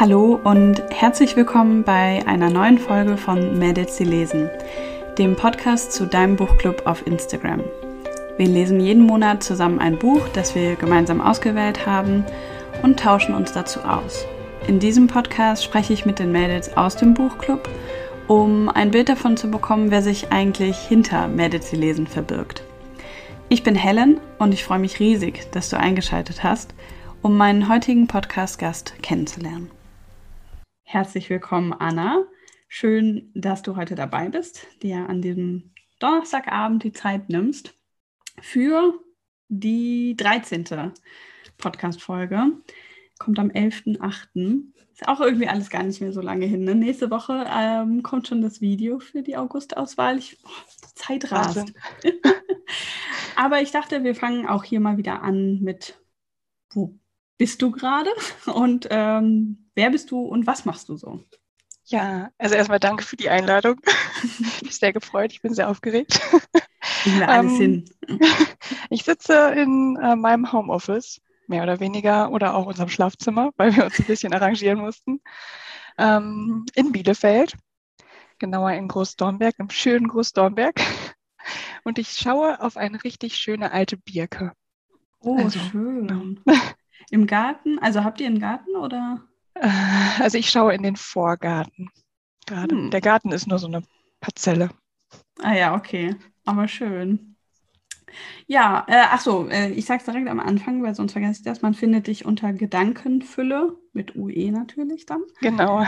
Hallo und herzlich willkommen bei einer neuen Folge von Mädels, die lesen, dem Podcast zu deinem Buchclub auf Instagram. Wir lesen jeden Monat zusammen ein Buch, das wir gemeinsam ausgewählt haben und tauschen uns dazu aus. In diesem Podcast spreche ich mit den Mädels aus dem Buchclub, um ein Bild davon zu bekommen, wer sich eigentlich hinter Mädels, die lesen verbirgt. Ich bin Helen und ich freue mich riesig, dass du eingeschaltet hast, um meinen heutigen Podcast-Gast kennenzulernen. Herzlich willkommen, Anna. Schön, dass du heute dabei bist, dir an diesem Donnerstagabend die Zeit nimmst für die 13. Podcast-Folge. Kommt am 11.08. Ist auch irgendwie alles gar nicht mehr so lange hin. Ne? Nächste Woche kommt schon das Video für die August-Auswahl. Die Zeit rast. Aber ich dachte, wir fangen auch hier mal wieder an mit, wo bist du gerade und wer bist du und was machst du so? Ja, also erstmal danke für die Einladung. Ich bin sehr gefreut, ich bin sehr aufgeregt. Kriegen wir alles hin. Ich sitze in meinem Homeoffice, mehr oder weniger, oder auch unserem Schlafzimmer, weil wir uns ein bisschen arrangieren mussten, in Bielefeld, genauer in Großdornberg, im schönen Großdornberg. Und ich schaue auf eine richtig schöne alte Birke. Oh, also, schön. No. Im Garten? Also habt ihr einen Garten oder? Also ich schaue in den Vorgarten gerade. Der Garten ist nur so eine Parzelle. Ah ja, okay. Aber schön. Ja, ich sag's direkt am Anfang, weil sonst vergesse ich das. Man findet dich unter Gedankenfülle, mit UE natürlich dann. Genau.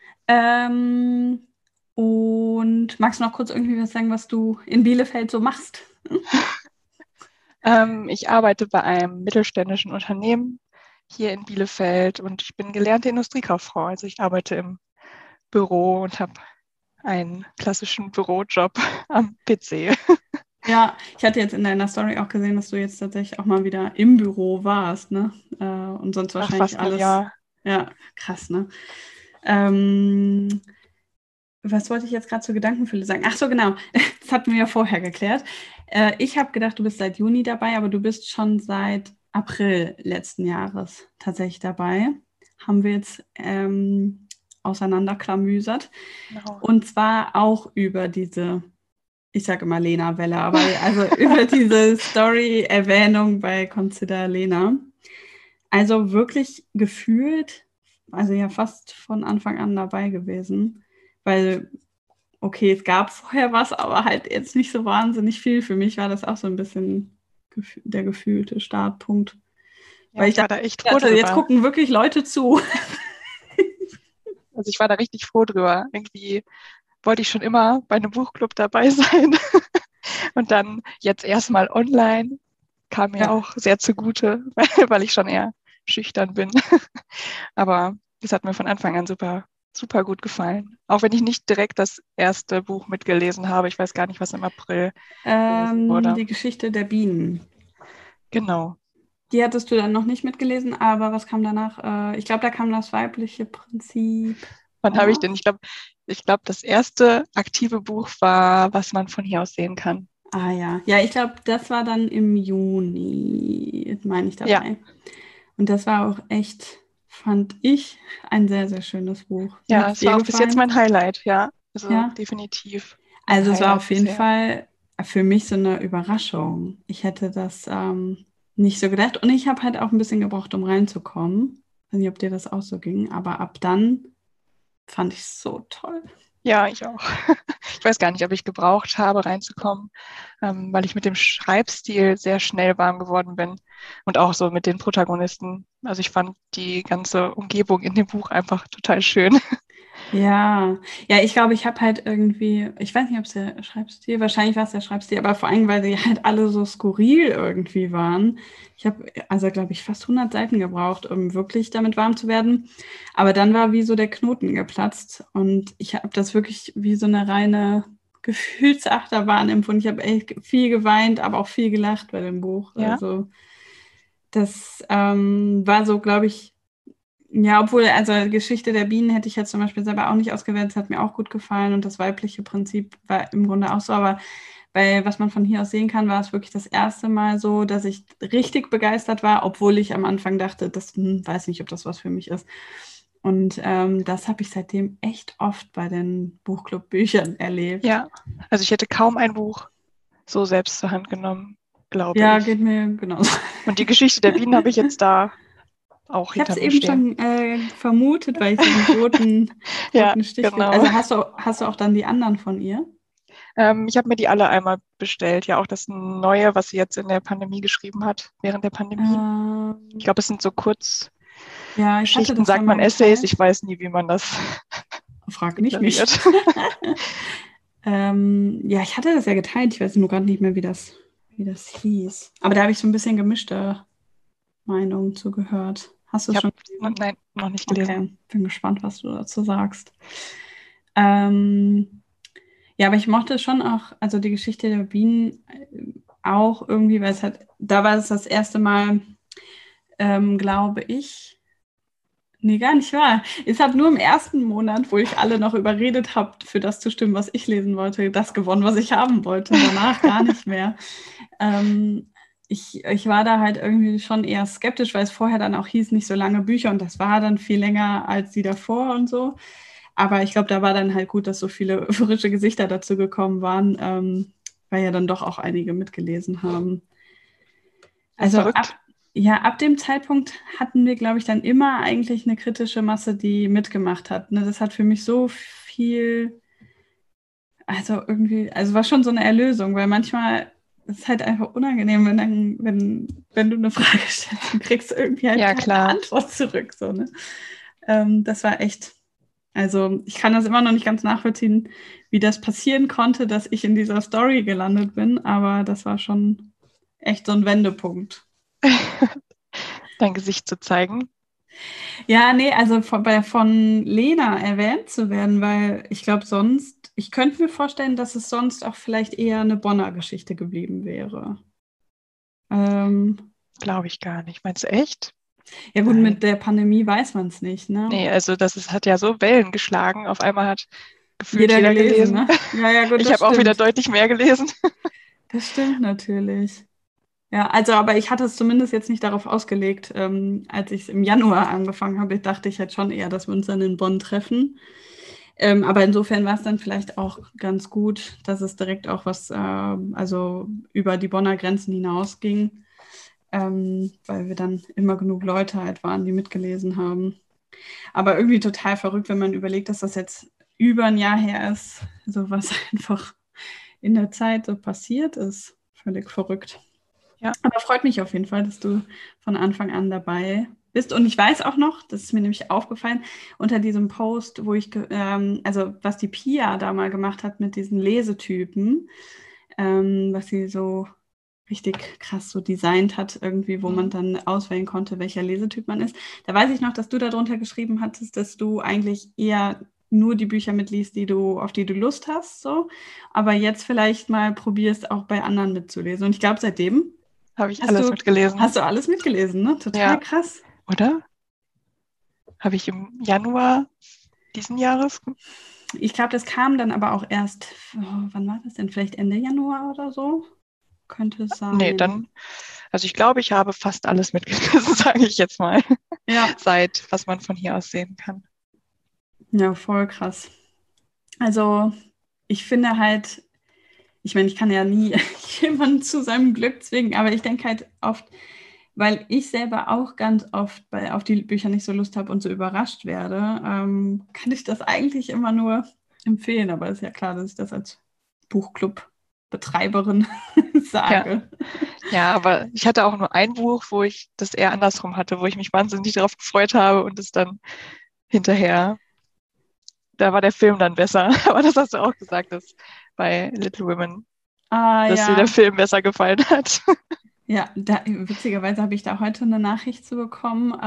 Und magst du noch kurz irgendwie was sagen, was du in Bielefeld so machst? Ich arbeite bei einem mittelständischen Unternehmen hier in Bielefeld und ich bin gelernte Industriekauffrau. Also ich arbeite im Büro und habe einen klassischen Bürojob am PC. Ja, ich hatte jetzt in deiner Story auch gesehen, dass du jetzt tatsächlich auch mal wieder im Büro warst, ne? Und sonst wahrscheinlich fast alles. Jahr. Ja, krass, ne? Was wollte ich jetzt gerade zur Gedankenfülle sagen? Ach so, genau. Das hatten wir ja vorher geklärt. Ich habe gedacht, du bist seit Juni dabei, aber du bist schon seit April letzten Jahres tatsächlich dabei. Haben wir jetzt auseinanderklamüsert. Genau. Und zwar auch über diese, ich sage immer Lena-Welle, aber also über diese Story-Erwähnung bei Consider Lena. Also wirklich gefühlt, also ja fast von Anfang an dabei gewesen. Weil, okay, es gab vorher was, aber halt jetzt nicht so wahnsinnig viel. Für mich war das auch so ein bisschen der gefühlte Startpunkt. Ja, weil ich war da echt froh drüber. Jetzt gucken wirklich Leute zu. Also ich war da richtig froh drüber. Irgendwie wollte ich schon immer bei einem Buchclub dabei sein. Und dann jetzt erstmal online kam mir auch sehr zugute, weil ich schon eher schüchtern bin. Aber es hat mir von Anfang an super gut gefallen. Auch wenn ich nicht direkt das erste Buch mitgelesen habe. Ich weiß gar nicht, was im April wurde. Die Geschichte der Bienen. Genau. Die hattest du dann noch nicht mitgelesen, aber was kam danach? Ich glaube, da kam das weibliche Prinzip. Wann habe ich denn? Ich glaube, das erste aktive Buch war, was man von hier aus sehen kann. Ah ja. Ja, ich glaube, das war dann im Juni, meine ich dabei. Ja. Und das war auch echt, fand ich, ein sehr, sehr schönes Buch. Ja, es war auch bis jetzt mein Highlight, ja. Also ja. Definitiv. Also es war auf jeden Fall für mich so eine Überraschung. Ich hätte das nicht so gedacht. Und ich habe halt auch ein bisschen gebraucht, um reinzukommen. Ich weiß nicht, ob dir das auch so ging, aber ab dann fand ich es so toll. Ja, ich auch. Ich weiß gar nicht, ob ich gebraucht habe, reinzukommen, weil ich mit dem Schreibstil sehr schnell warm geworden bin und auch so mit den Protagonisten. Also ich fand die ganze Umgebung in dem Buch einfach total schön. Ja, ich glaube, ich habe halt irgendwie, ich weiß nicht, ob es der Schreibstil, wahrscheinlich war es der Schreibstil, aber vor allem, weil sie halt alle so skurril irgendwie waren. Ich habe, also glaube ich, fast 100 Seiten gebraucht, um wirklich damit warm zu werden. Aber dann war wie so der Knoten geplatzt und ich habe das wirklich wie so eine reine Gefühlsachterbahn empfunden. Ich habe echt viel geweint, aber auch viel gelacht bei dem Buch. Ja. Also das war so, glaube ich, ja, obwohl, also Geschichte der Bienen hätte ich jetzt zum Beispiel selber auch nicht ausgewählt, das hat mir auch gut gefallen und das weibliche Prinzip war im Grunde auch so, aber bei was man von hier aus sehen kann, war es wirklich das erste Mal so, dass ich richtig begeistert war, obwohl ich am Anfang dachte, weiß nicht, ob das was für mich ist. Und das habe ich seitdem echt oft bei den Buchclub-Büchern erlebt. Ja, also ich hätte kaum ein Buch so selbst zur Hand genommen, glaube Ja, ich. geht mir genauso. Und die Geschichte der Bienen habe ich jetzt da auch Ich habe es hinter mir eben stehen. schon vermutet, weil ich so einen roten Ja, Stich. genau. Also hast du auch dann die anderen von ihr? Ich habe mir die alle einmal bestellt. Ja, auch das Neue, was sie jetzt in der Pandemie geschrieben hat, während der Pandemie. Ich Ähm, glaube, es sind so ja, ich hatte Kurzgeschichten, das ja sagt man mal Essays. geteilt. Ich weiß nie, wie man das Frag nicht mich. deklariert. Ja, ich hatte das ja geteilt. Ich weiß nur gerade nicht mehr, wie das hieß. Aber da habe ich so ein bisschen gemischte Meinungen zu gehört. Hast du Ich es habe, schon gelesen? nein, noch nicht gelesen. Okay, bin gespannt, was du dazu sagst. Ähm, ja, aber ich mochte schon auch, also die Geschichte der Bienen auch irgendwie, weil es halt, da war es das erste Mal, glaube ich, nee, gar nicht wahr. Es hat nur im ersten Monat, wo ich alle noch überredet habe, für das zu stimmen, was ich lesen wollte, das gewonnen, was ich haben wollte. Und danach gar nicht mehr. Ähm, ich war da halt irgendwie schon eher skeptisch, weil es vorher dann auch hieß, nicht so lange Bücher und das war dann viel länger als die davor und so. Aber ich glaube, da war dann halt gut, dass so viele frische Gesichter dazu gekommen waren, weil ja dann doch auch einige mitgelesen haben. Ja, Also verrückt. ab dem Zeitpunkt hatten wir, glaube ich, dann immer eigentlich eine kritische Masse, die mitgemacht hat. Ne? Das hat für mich so viel, also irgendwie, also war schon so eine Erlösung, weil manchmal ist es halt einfach unangenehm, wenn du eine Frage stellst und kriegst irgendwie halt Ja, keine klar. Antwort zurück. So, ne? Das war echt, also ich kann das immer noch nicht ganz nachvollziehen, wie das passieren konnte, dass ich in dieser Story gelandet bin, aber das war schon echt so ein Wendepunkt. Dein Gesicht zu zeigen. Ja, nee, also von Lena erwähnt zu werden, weil ich glaube sonst, ich könnte mir vorstellen, dass es sonst auch vielleicht eher eine Bonner Geschichte geblieben wäre. Ähm, Glaube ich gar nicht. Meinst du echt? ja gut, mit Nein. der Pandemie weiß man es nicht, ne? Nee, also hat ja so Wellen geschlagen. Auf einmal hat gefühlt Jeder jeder gelesen, gelesen. ne? Ja, ja, gut, Ich das habe auch wieder stimmt. deutlich mehr gelesen. Das stimmt natürlich. Ja, also, aber ich hatte es zumindest jetzt nicht darauf ausgelegt, als ich es im Januar angefangen habe. Ich dachte ich hätte schon eher, dass wir uns dann in Bonn treffen. Aber insofern war es dann vielleicht auch ganz gut, dass es direkt auch was, also über die Bonner Grenzen hinausging, weil wir dann immer genug Leute halt waren, die mitgelesen haben. Aber irgendwie total verrückt, wenn man überlegt, dass das jetzt über ein Jahr her ist, so was einfach in der Zeit so passiert ist. Völlig verrückt. Ja, Aber freut mich auf jeden Fall, dass du von Anfang an dabei bist. Und ich weiß auch noch, das ist mir nämlich aufgefallen, unter diesem Post, also was die Pia da mal gemacht hat mit diesen Lesetypen, was sie so richtig krass so designt hat, irgendwie, wo man mhm. dann auswählen konnte, welcher Lesetyp man ist. Da weiß ich noch, dass du darunter geschrieben hattest, dass du eigentlich eher nur die Bücher mitliest, auf die du Lust hast, so. Aber jetzt vielleicht mal probierst, auch bei anderen mitzulesen. Und ich glaube, seitdem Habe ich Hast alles du, mitgelesen. hast du alles mitgelesen, ne? Total Ja, krass. oder? Habe ich im Januar diesen Jahres? Ich glaube, das kam dann aber auch erst, wann war das denn? Vielleicht Ende Januar oder so? Könnte es Nee, sein. dann, also ich glaube, ich habe fast alles mitgelesen, sage ich jetzt mal. Ja, Seit, was man von hier aus sehen kann. ja, voll krass. Also, ich finde halt, ich meine, ich kann ja nie jemanden zu seinem Glück zwingen, aber ich denke halt oft, weil ich selber auch ganz oft auf die Bücher nicht so Lust habe und so überrascht werde, kann ich das eigentlich immer nur empfehlen. Aber ist ja klar, dass ich das als Buchclub-Betreiberin Ja, sage. ja, aber ich hatte auch nur ein Buch, wo ich das eher andersrum hatte, wo ich mich wahnsinnig darauf gefreut habe und es dann hinterher, da war der Film dann besser. Aber das hast du auch gesagt, dass bei Little Women, Ah dass dir der ja, Film besser gefallen hat. ja, witzigerweise habe ich da heute eine Nachricht zu bekommen.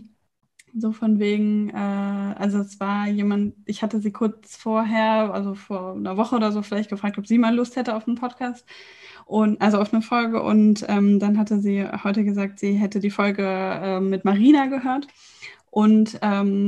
So von wegen, also es war jemand, ich hatte sie kurz vorher, also vor einer Woche oder so vielleicht gefragt, ob sie mal Lust hätte auf einen Podcast und also auf eine Folge und dann hatte sie heute gesagt, sie hätte die Folge mit Marina gehört und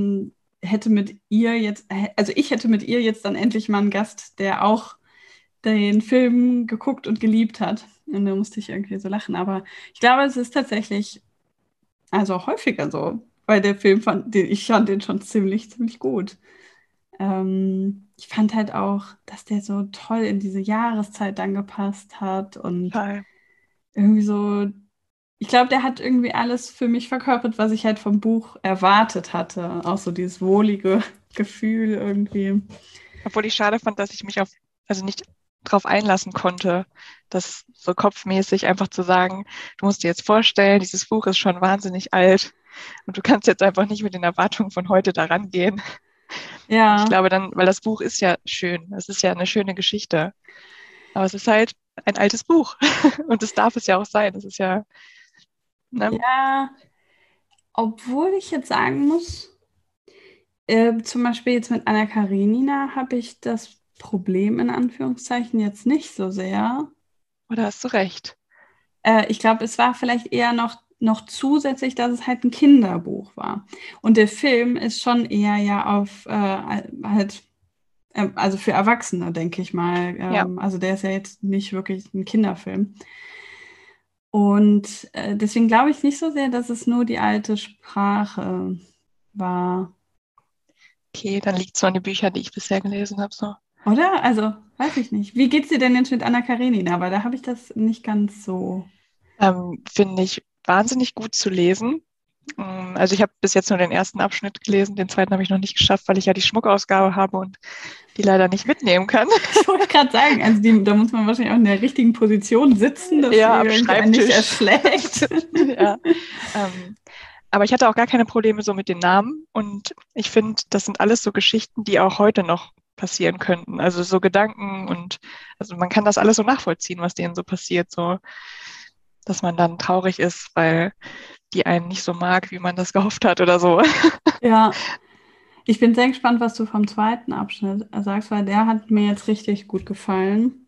hätte mit ihr jetzt, also ich hätte mit ihr jetzt dann endlich mal einen Gast, der auch den Film geguckt und geliebt hat. Und da musste ich irgendwie so lachen. Aber ich glaube, es ist tatsächlich also häufiger so. weil der Film ich fand den schon ziemlich, ziemlich gut. Ich fand halt auch, dass der so toll in diese Jahreszeit dann gepasst hat und Total. irgendwie so, ich glaube, der hat irgendwie alles für mich verkörpert, was ich halt vom Buch erwartet hatte. Auch so dieses wohlige Gefühl irgendwie. Obwohl ich schade fand, dass ich mich also nicht drauf einlassen konnte, das so kopfmäßig einfach zu sagen, du musst dir jetzt vorstellen, dieses Buch ist schon wahnsinnig alt und du kannst jetzt einfach nicht mit den Erwartungen von heute daran gehen. Und ich Ja, glaube dann, weil das Buch ist ja schön, es ist ja eine schöne Geschichte, aber es ist halt ein altes Buch und das darf es ja auch sein. Es ist ja, ne? ja, obwohl ich jetzt sagen muss, zum Beispiel jetzt mit Anna Karenina habe ich das Problem in Anführungszeichen jetzt nicht so sehr. Oder hast du recht? Ich glaube, es war vielleicht eher noch zusätzlich, dass es halt ein Kinderbuch war. Und der Film ist schon eher ja auf halt, also für Erwachsene, denke ich mal. Ja. Also der ist ja jetzt nicht wirklich ein Kinderfilm. Und deswegen glaube ich nicht so sehr, dass es nur die alte Sprache war. Okay, dann liegt es so an den Büchern, die ich bisher gelesen habe. So. Oder? Also, weiß ich nicht. Wie geht's dir denn jetzt mit Anna Karenina? Aber da habe ich das nicht ganz so. Finde ich wahnsinnig gut zu lesen. Also ich habe bis jetzt nur den ersten Abschnitt gelesen, den zweiten habe ich noch nicht geschafft, weil ich ja die Schmuckausgabe habe und die leider nicht mitnehmen kann. Ich wollte gerade sagen, also da muss man wahrscheinlich auch in der richtigen Position sitzen, dass Ja, sie am irgendwie einen nicht Schreibtisch. erschlägt. Ja. Aber ich hatte auch gar keine Probleme so mit den Namen und ich finde, das sind alles so Geschichten, die auch heute noch passieren könnten. Also so Gedanken und also man kann das alles so nachvollziehen, was denen so passiert, so dass man dann traurig ist, weil die einen nicht so mag, wie man das gehofft hat oder so. Ja, ich bin sehr gespannt, was du vom zweiten Abschnitt sagst, weil der hat mir jetzt richtig gut gefallen.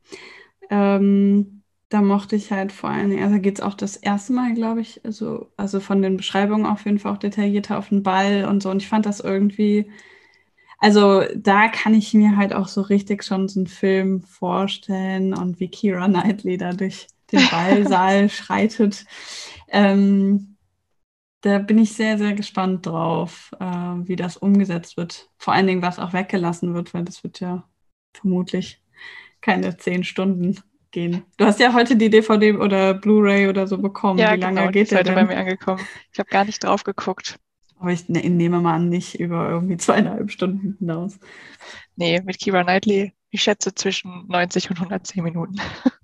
Da mochte ich halt vor allen Dingen, also geht es auch das erste Mal, glaube ich, also von den Beschreibungen auf jeden Fall auch detaillierter auf den Ball und so. Und ich fand das irgendwie, also da kann ich mir halt auch so richtig schon so einen Film vorstellen und wie Keira Knightley da durch den Ballsaal schreitet. Ähm, Da bin ich sehr, sehr gespannt drauf, wie das umgesetzt wird. Vor allen Dingen, was auch weggelassen wird, weil das wird ja vermutlich keine 10 Stunden gehen. Du hast ja heute die DVD oder Blu-ray oder so bekommen. Wie Ja, lange genau, die geht ist der heute bei denn? mir angekommen. Ich habe gar nicht drauf geguckt. Aber ich nehme mal an, nicht über irgendwie 2,5 Stunden hinaus. Nee, mit Keira Knightley, ich schätze zwischen 90 und 110 Minuten.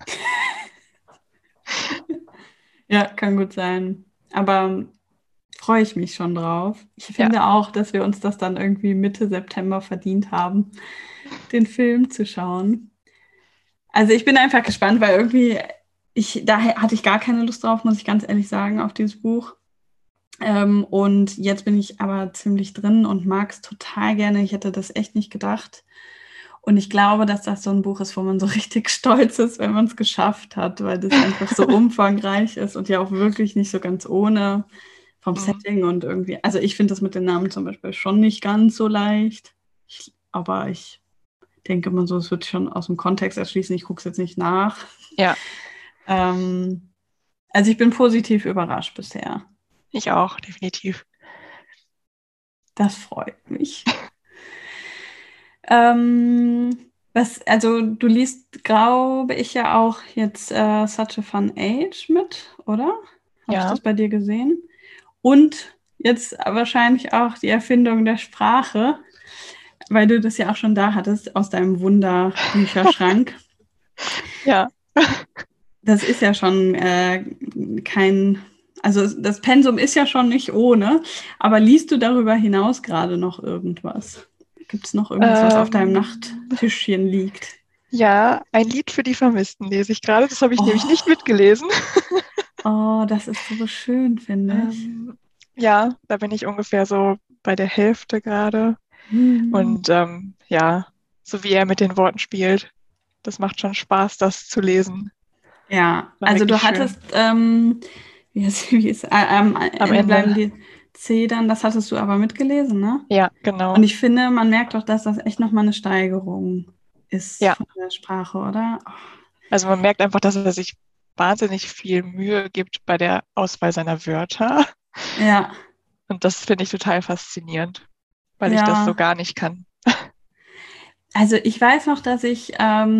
Ja, kann gut sein. Aber freue ich mich schon drauf. Ich Ja, finde auch, dass wir uns das dann irgendwie Mitte September verdient haben, den Film zu schauen. Also ich bin einfach gespannt, weil irgendwie, da hatte ich gar keine Lust drauf, muss ich ganz ehrlich sagen, auf dieses Buch. Und jetzt bin ich aber ziemlich drin und mag es total gerne. Ich hätte das echt nicht gedacht. Und ich glaube, dass das so ein Buch ist, wo man so richtig stolz ist, wenn man es geschafft hat, weil das einfach so umfangreich ist und ja auch wirklich nicht so ganz ohne vom mhm. Setting und irgendwie. Also ich finde das mit den Namen zum Beispiel schon nicht ganz so leicht. Aber ich denke mal so, es wird schon aus dem Kontext erschließen. Ich gucke es jetzt nicht nach. Ja, Ähm, also ich bin positiv überrascht bisher. ich auch, definitiv. Das freut mich. Also du liest, glaube ich, ja auch jetzt Such a Fun Age mit, oder? Habe ich Ja, das bei dir gesehen? Und jetzt wahrscheinlich auch die Erfindung der Sprache, weil du das ja auch schon da hattest aus deinem Wunderbücherschrank. ja. Das ist ja schon also das Pensum ist ja schon nicht ohne, aber liest du darüber hinaus gerade noch irgendwas? Gibt es noch irgendwas, was auf deinem Ähm, Nachttischchen liegt? ja, ein Lied für die Vermissten lese ich gerade. Das habe ich nämlich nicht Oh, mitgelesen. oh, das ist so schön, finde ich. Ja, da bin ich ungefähr so bei der Hälfte gerade. Hm. Und ja, so wie er mit den Worten spielt, das macht schon Spaß, das zu lesen. Ja, War also wirklich du schön. hattest, wie ist, am Am Ende bleiben Ende. die Zedern, das hattest du aber mitgelesen, ne? Ja, Und genau. ich finde, man merkt doch, dass das echt nochmal eine Steigerung ist Ja, von der Sprache, oder? also man merkt einfach, dass er sich wahnsinnig viel Mühe gibt bei der Auswahl seiner Wörter. Ja. Und das finde ich total faszinierend, weil ich das so Ja, gar nicht kann. also ich weiß noch, dass ich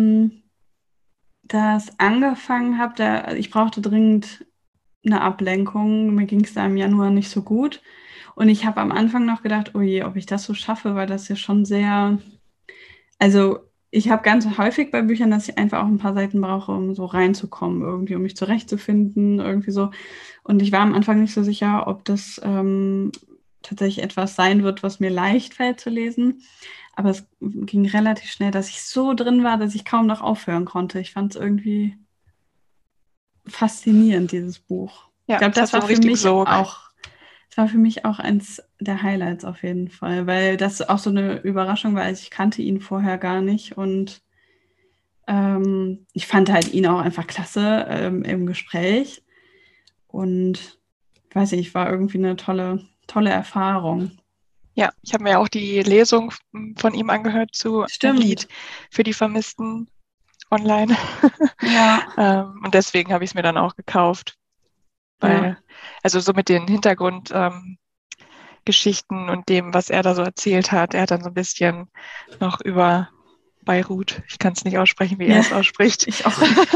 das angefangen habe, ich brauchte dringend eine Ablenkung. Mir ging es da im Januar nicht so gut. Und ich habe am Anfang noch gedacht, oh je, ob ich das so schaffe, weil das ja schon sehr, also ich habe ganz häufig bei Büchern, dass ich einfach auch ein paar Seiten brauche, um so reinzukommen, irgendwie, um mich zurechtzufinden, irgendwie so. Und ich war am Anfang nicht so sicher, ob das tatsächlich etwas sein wird, was mir leicht fällt zu lesen. Aber es ging relativ schnell, dass ich so drin war, dass ich kaum noch aufhören konnte. Ich fand es irgendwie faszinierend, dieses Buch. Ich Ja, glaube, es hat so einen richtigen Sog. das war für mich auch eins der Highlights auf jeden Fall, weil das auch so eine Überraschung war. Also ich kannte ihn vorher gar nicht und ich fand halt ihn auch einfach klasse im Gespräch und weiß nicht, war irgendwie eine tolle Erfahrung. Ja, ich habe mir auch die Lesung von ihm angehört zu Ein Lied Stimmt, für die Vermissten online. ja, Und deswegen habe ich es mir dann auch gekauft, ja, weil, also so mit den Hintergrundgeschichten und dem, was er da so erzählt hat, er hat dann so ein bisschen noch über Beirut, ich kann es nicht aussprechen, wie er ja, es ausspricht, ich auch nicht.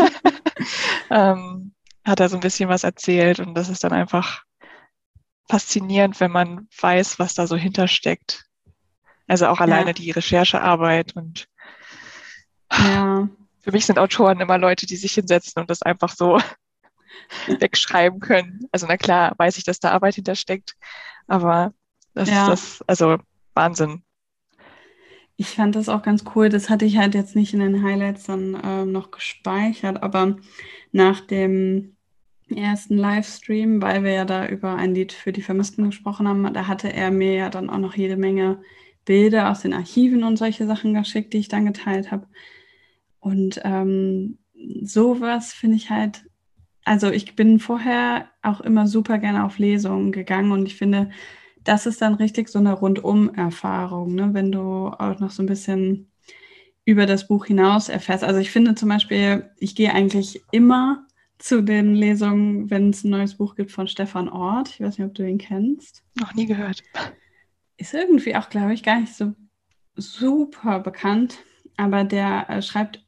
hat er so ein bisschen was erzählt und das ist dann einfach faszinierend, wenn man weiß, was da so hintersteckt. Also auch alleine Ja, die Recherchearbeit und ja, für mich sind Autoren immer Leute, die sich hinsetzen und das einfach so wegschreiben können. Also na klar, weiß ich, dass da Arbeit hintersteckt, aber ja. also Wahnsinn. Ich fand das auch ganz cool. Das hatte ich halt jetzt nicht in den Highlights dann noch gespeichert, aber nach dem ersten Livestream, weil wir ja da über ein Lied für die Vermissten gesprochen haben, da hatte er mir ja dann auch noch jede Menge Bilder aus den Archiven und solche Sachen geschickt, die ich dann geteilt habe. Und sowas finde ich halt, also ich bin vorher auch immer super gerne auf Lesungen gegangen und ich finde, das ist dann richtig so eine Rundum-Erfahrung, ne? Wenn du auch noch so ein bisschen über das Buch hinaus erfährst. Also ich finde zum Beispiel, ich gehe eigentlich immer zu den Lesungen, wenn es ein neues Buch gibt von Stefan Ort. Ich weiß nicht, ob du ihn kennst. Noch nie gehört. Ist irgendwie auch, glaube ich, gar nicht so super bekannt, aber der schreibt,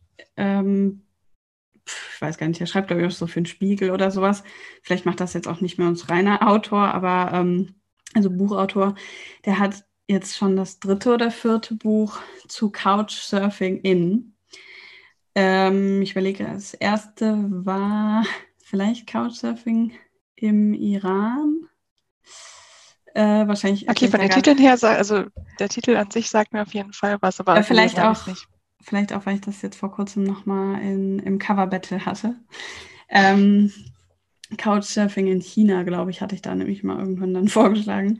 ich weiß gar nicht, er schreibt, glaube ich, auch so für den Spiegel oder sowas. Vielleicht macht das jetzt auch nicht mehr uns reiner Autor, aber also Buchautor, der hat jetzt schon das dritte oder vierte Buch zu Couchsurfing in. Ich überlege, das erste war vielleicht Couchsurfing im Iran. Wahrscheinlich, Okay, vielleicht von da den gar Titeln her, also der Titel an sich sagt mir auf jeden Fall was, aber gelesen vielleicht habe ich es auch, nicht. weil ich das jetzt vor kurzem nochmal im Cover-Battle hatte. Ähm, Couchsurfing in China, glaube ich, hatte ich da nämlich mal irgendwann dann vorgeschlagen.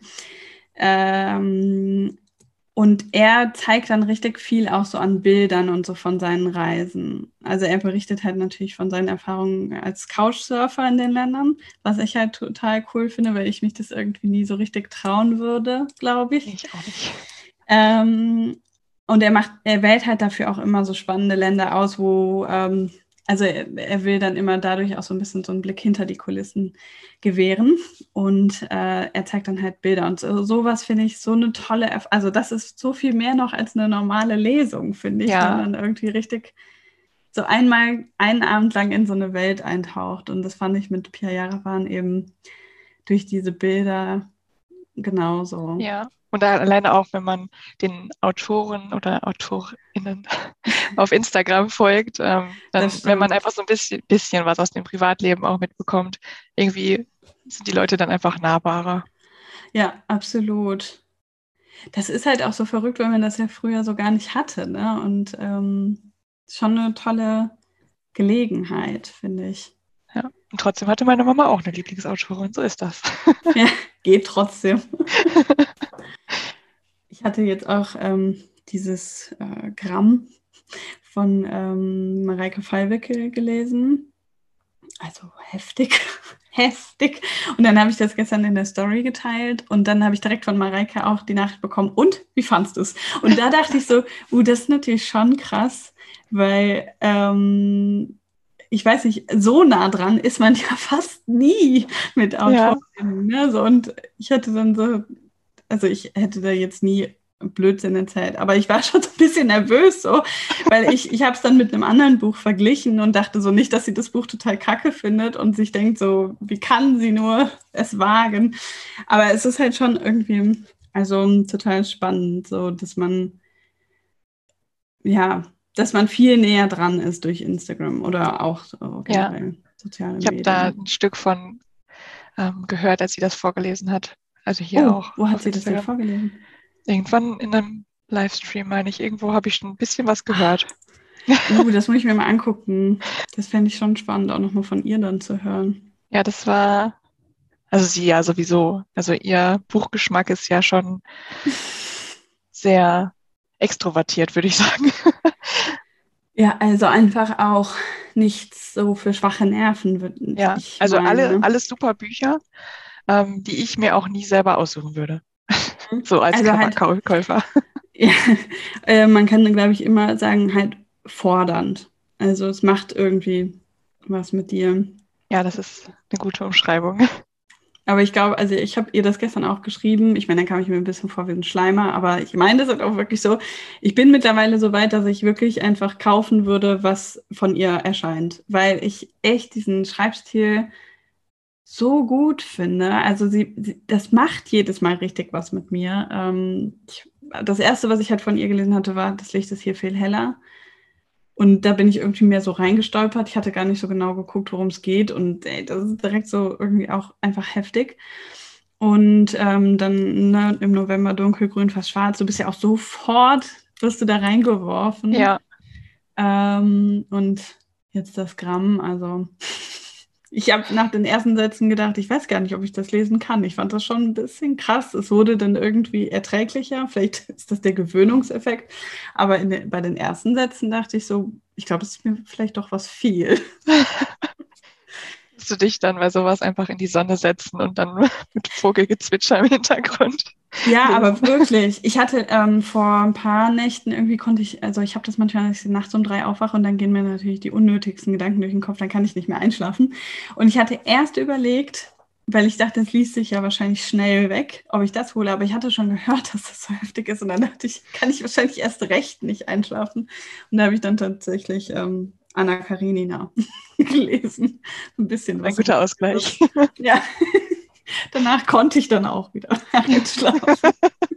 Ähm, und er zeigt dann richtig viel auch so an Bildern und so von seinen Reisen. Also er berichtet halt natürlich von seinen Erfahrungen als Couchsurfer in den Ländern, was ich halt total cool finde, weil ich mich das irgendwie nie so richtig trauen würde, glaube Nee, ich. ich auch nicht. Ähm, und er wählt halt dafür auch immer so spannende Länder aus, wo, also er will dann immer dadurch auch so ein bisschen so einen Blick hinter die Kulissen gewähren. Und er zeigt dann halt Bilder. Und sowas finde ich so eine tolle, also das ist so viel mehr noch als eine normale Lesung, finde ich, wenn Ja, man irgendwie richtig so einmal einen Abend lang in so eine Welt eintaucht. Und das fand ich mit Pia Jarawan eben durch diese Bilder genauso. ja. Und da alleine auch, wenn man den Autoren oder AutorInnen auf Instagram folgt, Das dann, wenn man stimmt. einfach so ein bisschen was aus dem Privatleben auch mitbekommt, irgendwie sind die Leute dann einfach nahbarer. Ja, absolut. Das ist halt auch so verrückt, weil man das ja früher so gar nicht hatte, ne? Und schon eine tolle Gelegenheit, finde ich. Ja. Und trotzdem hatte meine Mama auch eine Lieblingsautorin, so ist das. Ja, geht trotzdem. Ich hatte jetzt auch dieses Gramm von Mareike Fallwickel gelesen. Also heftig, heftig. Und dann habe ich das gestern in der Story geteilt und dann habe ich direkt von Mareike auch die Nachricht bekommen. Und wie fandst du es? Und da dachte ich so, das ist natürlich schon krass, weil ich weiß nicht, so nah dran ist man ja fast nie mit Autorinnen. Ne? So, und ich hatte dann so, also ich hätte da jetzt nie Blödsinn erzählt, aber ich war schon so ein bisschen nervös, so, weil ich habe es dann mit einem anderen Buch verglichen und dachte so nicht, dass sie das Buch total kacke findet und sich denkt so, wie kann sie nur es wagen? Aber es ist halt schon irgendwie, also total spannend, so, dass man viel näher dran ist durch Instagram oder auch so generell soziale Ich habe da Medien. ein Stück von gehört, als sie das vorgelesen hat. Also hier Oh, auch wo hat auf sie das denn Instagram. vorgelesen? Irgendwann in einem Livestream, meine ich. Irgendwo habe ich schon ein bisschen was gehört. Das muss ich mir mal angucken. Das fände ich schon spannend, auch nochmal von ihr dann zu hören. Ja, das war, also sie ja sowieso. Also ihr Buchgeschmack ist ja schon sehr extrovertiert, würde ich sagen. Ja, also einfach auch nichts so für schwache Nerven, würde Ja, ich also meinen. Ne? alles super Bücher, die ich mir auch nie selber aussuchen würde. So als Also halt, Coverkäufer. ja, man kann, glaube ich, immer sagen, halt fordernd. Also es macht irgendwie was mit dir. Ja, das ist eine gute Umschreibung. Aber ich glaube, also ich habe ihr das gestern auch geschrieben. Ich meine, dann kam ich mir ein bisschen vor wie ein Schleimer, aber ich meine das ist auch wirklich so. Ich bin mittlerweile so weit, dass ich wirklich einfach kaufen würde, was von ihr erscheint, weil ich echt diesen Schreibstil so gut finde. Also das macht jedes Mal richtig was mit mir. Das erste, was ich halt von ihr gelesen hatte, war, das Licht ist hier viel heller. Und da bin ich irgendwie mehr so reingestolpert. Ich hatte gar nicht so genau geguckt, worum es geht. Und ey, das ist direkt so irgendwie auch einfach heftig. Und dann ne, im November dunkelgrün, fast schwarz. Du bist ja auch sofort, wirst du da reingeworfen. Ja, Und jetzt das Gramm. Also ich habe nach den ersten Sätzen gedacht, ich weiß gar nicht, ob ich das lesen kann. Ich fand das schon ein bisschen krass. Es wurde dann irgendwie erträglicher. Vielleicht ist das der Gewöhnungseffekt. Aber bei den ersten Sätzen dachte ich so, ich glaube, es ist mir vielleicht doch was viel. musst du dich dann bei sowas einfach in die Sonne setzen und dann mit Vogelgezwitscher im Hintergrund Ja, lesen. aber wirklich. Ich hatte vor ein paar Nächten irgendwie also ich habe das manchmal, dass ich nachts um 3 aufwache und dann gehen mir natürlich die unnötigsten Gedanken durch den Kopf, dann kann ich nicht mehr einschlafen. Und ich hatte erst überlegt, weil ich dachte, das liest sich ja wahrscheinlich schnell weg, ob ich das hole, aber ich hatte schon gehört, dass das so heftig ist und dann dachte ich, kann ich wahrscheinlich erst recht nicht einschlafen. Und da habe ich dann tatsächlich Anna Karenina gelesen. Ein bisschen Ein was. guter Ausgleich. Ja. Danach konnte ich dann auch wieder einschlafen.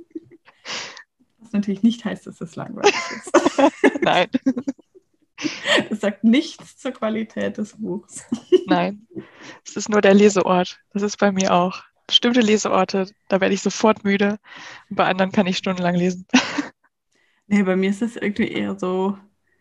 Was natürlich nicht heißt, dass es langweilig ist. Nein, Das sagt nichts zur Qualität des Buchs. nein. Es ist nur der Leseort. Das ist bei mir auch. Bestimmte Leseorte, da werde ich sofort müde. Und bei anderen kann ich stundenlang lesen. Nee, bei mir ist das irgendwie eher so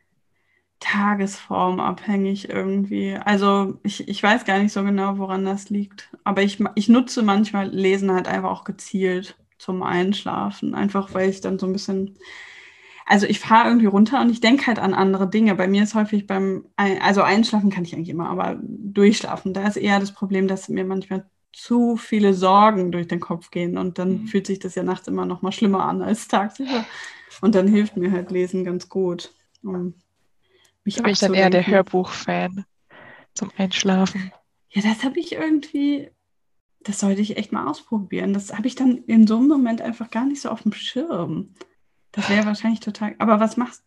tagesformabhängig irgendwie. Also ich weiß gar nicht so genau, woran das liegt. Aber ich nutze manchmal Lesen halt einfach auch gezielt zum Einschlafen. Einfach weil ich dann so ein bisschen. Also ich fahre irgendwie runter und ich denke halt an andere Dinge. Bei mir ist häufig also einschlafen kann ich eigentlich immer, aber durchschlafen, da ist eher das Problem, dass mir manchmal zu viele Sorgen durch den Kopf gehen und dann fühlt sich das ja nachts immer noch mal schlimmer an als tagsüber. Und dann hilft mir halt Lesen ganz gut, um Da mich bin ich dann eher der abzulenken. Hörbuch-Fan zum Einschlafen. Ja, das habe ich irgendwie, das sollte ich echt mal ausprobieren. Das habe ich dann in so einem Moment einfach gar nicht so auf dem Schirm. Das wäre wahrscheinlich total. Aber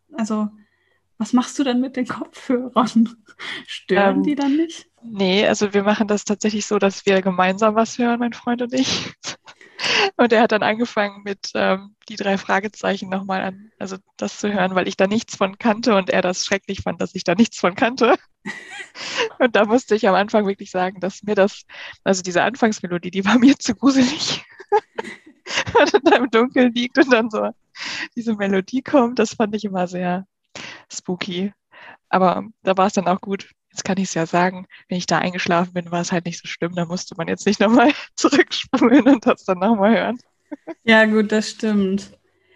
was machst du dann mit den Kopfhörern? Stören die Ähm, dann nicht? Nee, also wir machen das tatsächlich so, dass wir gemeinsam was hören, mein Freund und ich. Und er hat dann angefangen mit die 3 Fragezeichen nochmal an, also das zu hören, weil ich da nichts von kannte und er das schrecklich fand, dass ich da nichts von kannte. Und da musste ich am Anfang wirklich sagen, dass mir also diese Anfangsmelodie, die war mir zu gruselig. Wenn man da im Dunkeln liegt und dann so diese Melodie kommt, das fand ich immer sehr spooky. Aber da war es dann auch gut. Jetzt kann ich es ja sagen, wenn ich da eingeschlafen bin, war es halt nicht so schlimm. Da musste man jetzt nicht nochmal zurückspulen und das dann nochmal hören. Ja, gut, das stimmt.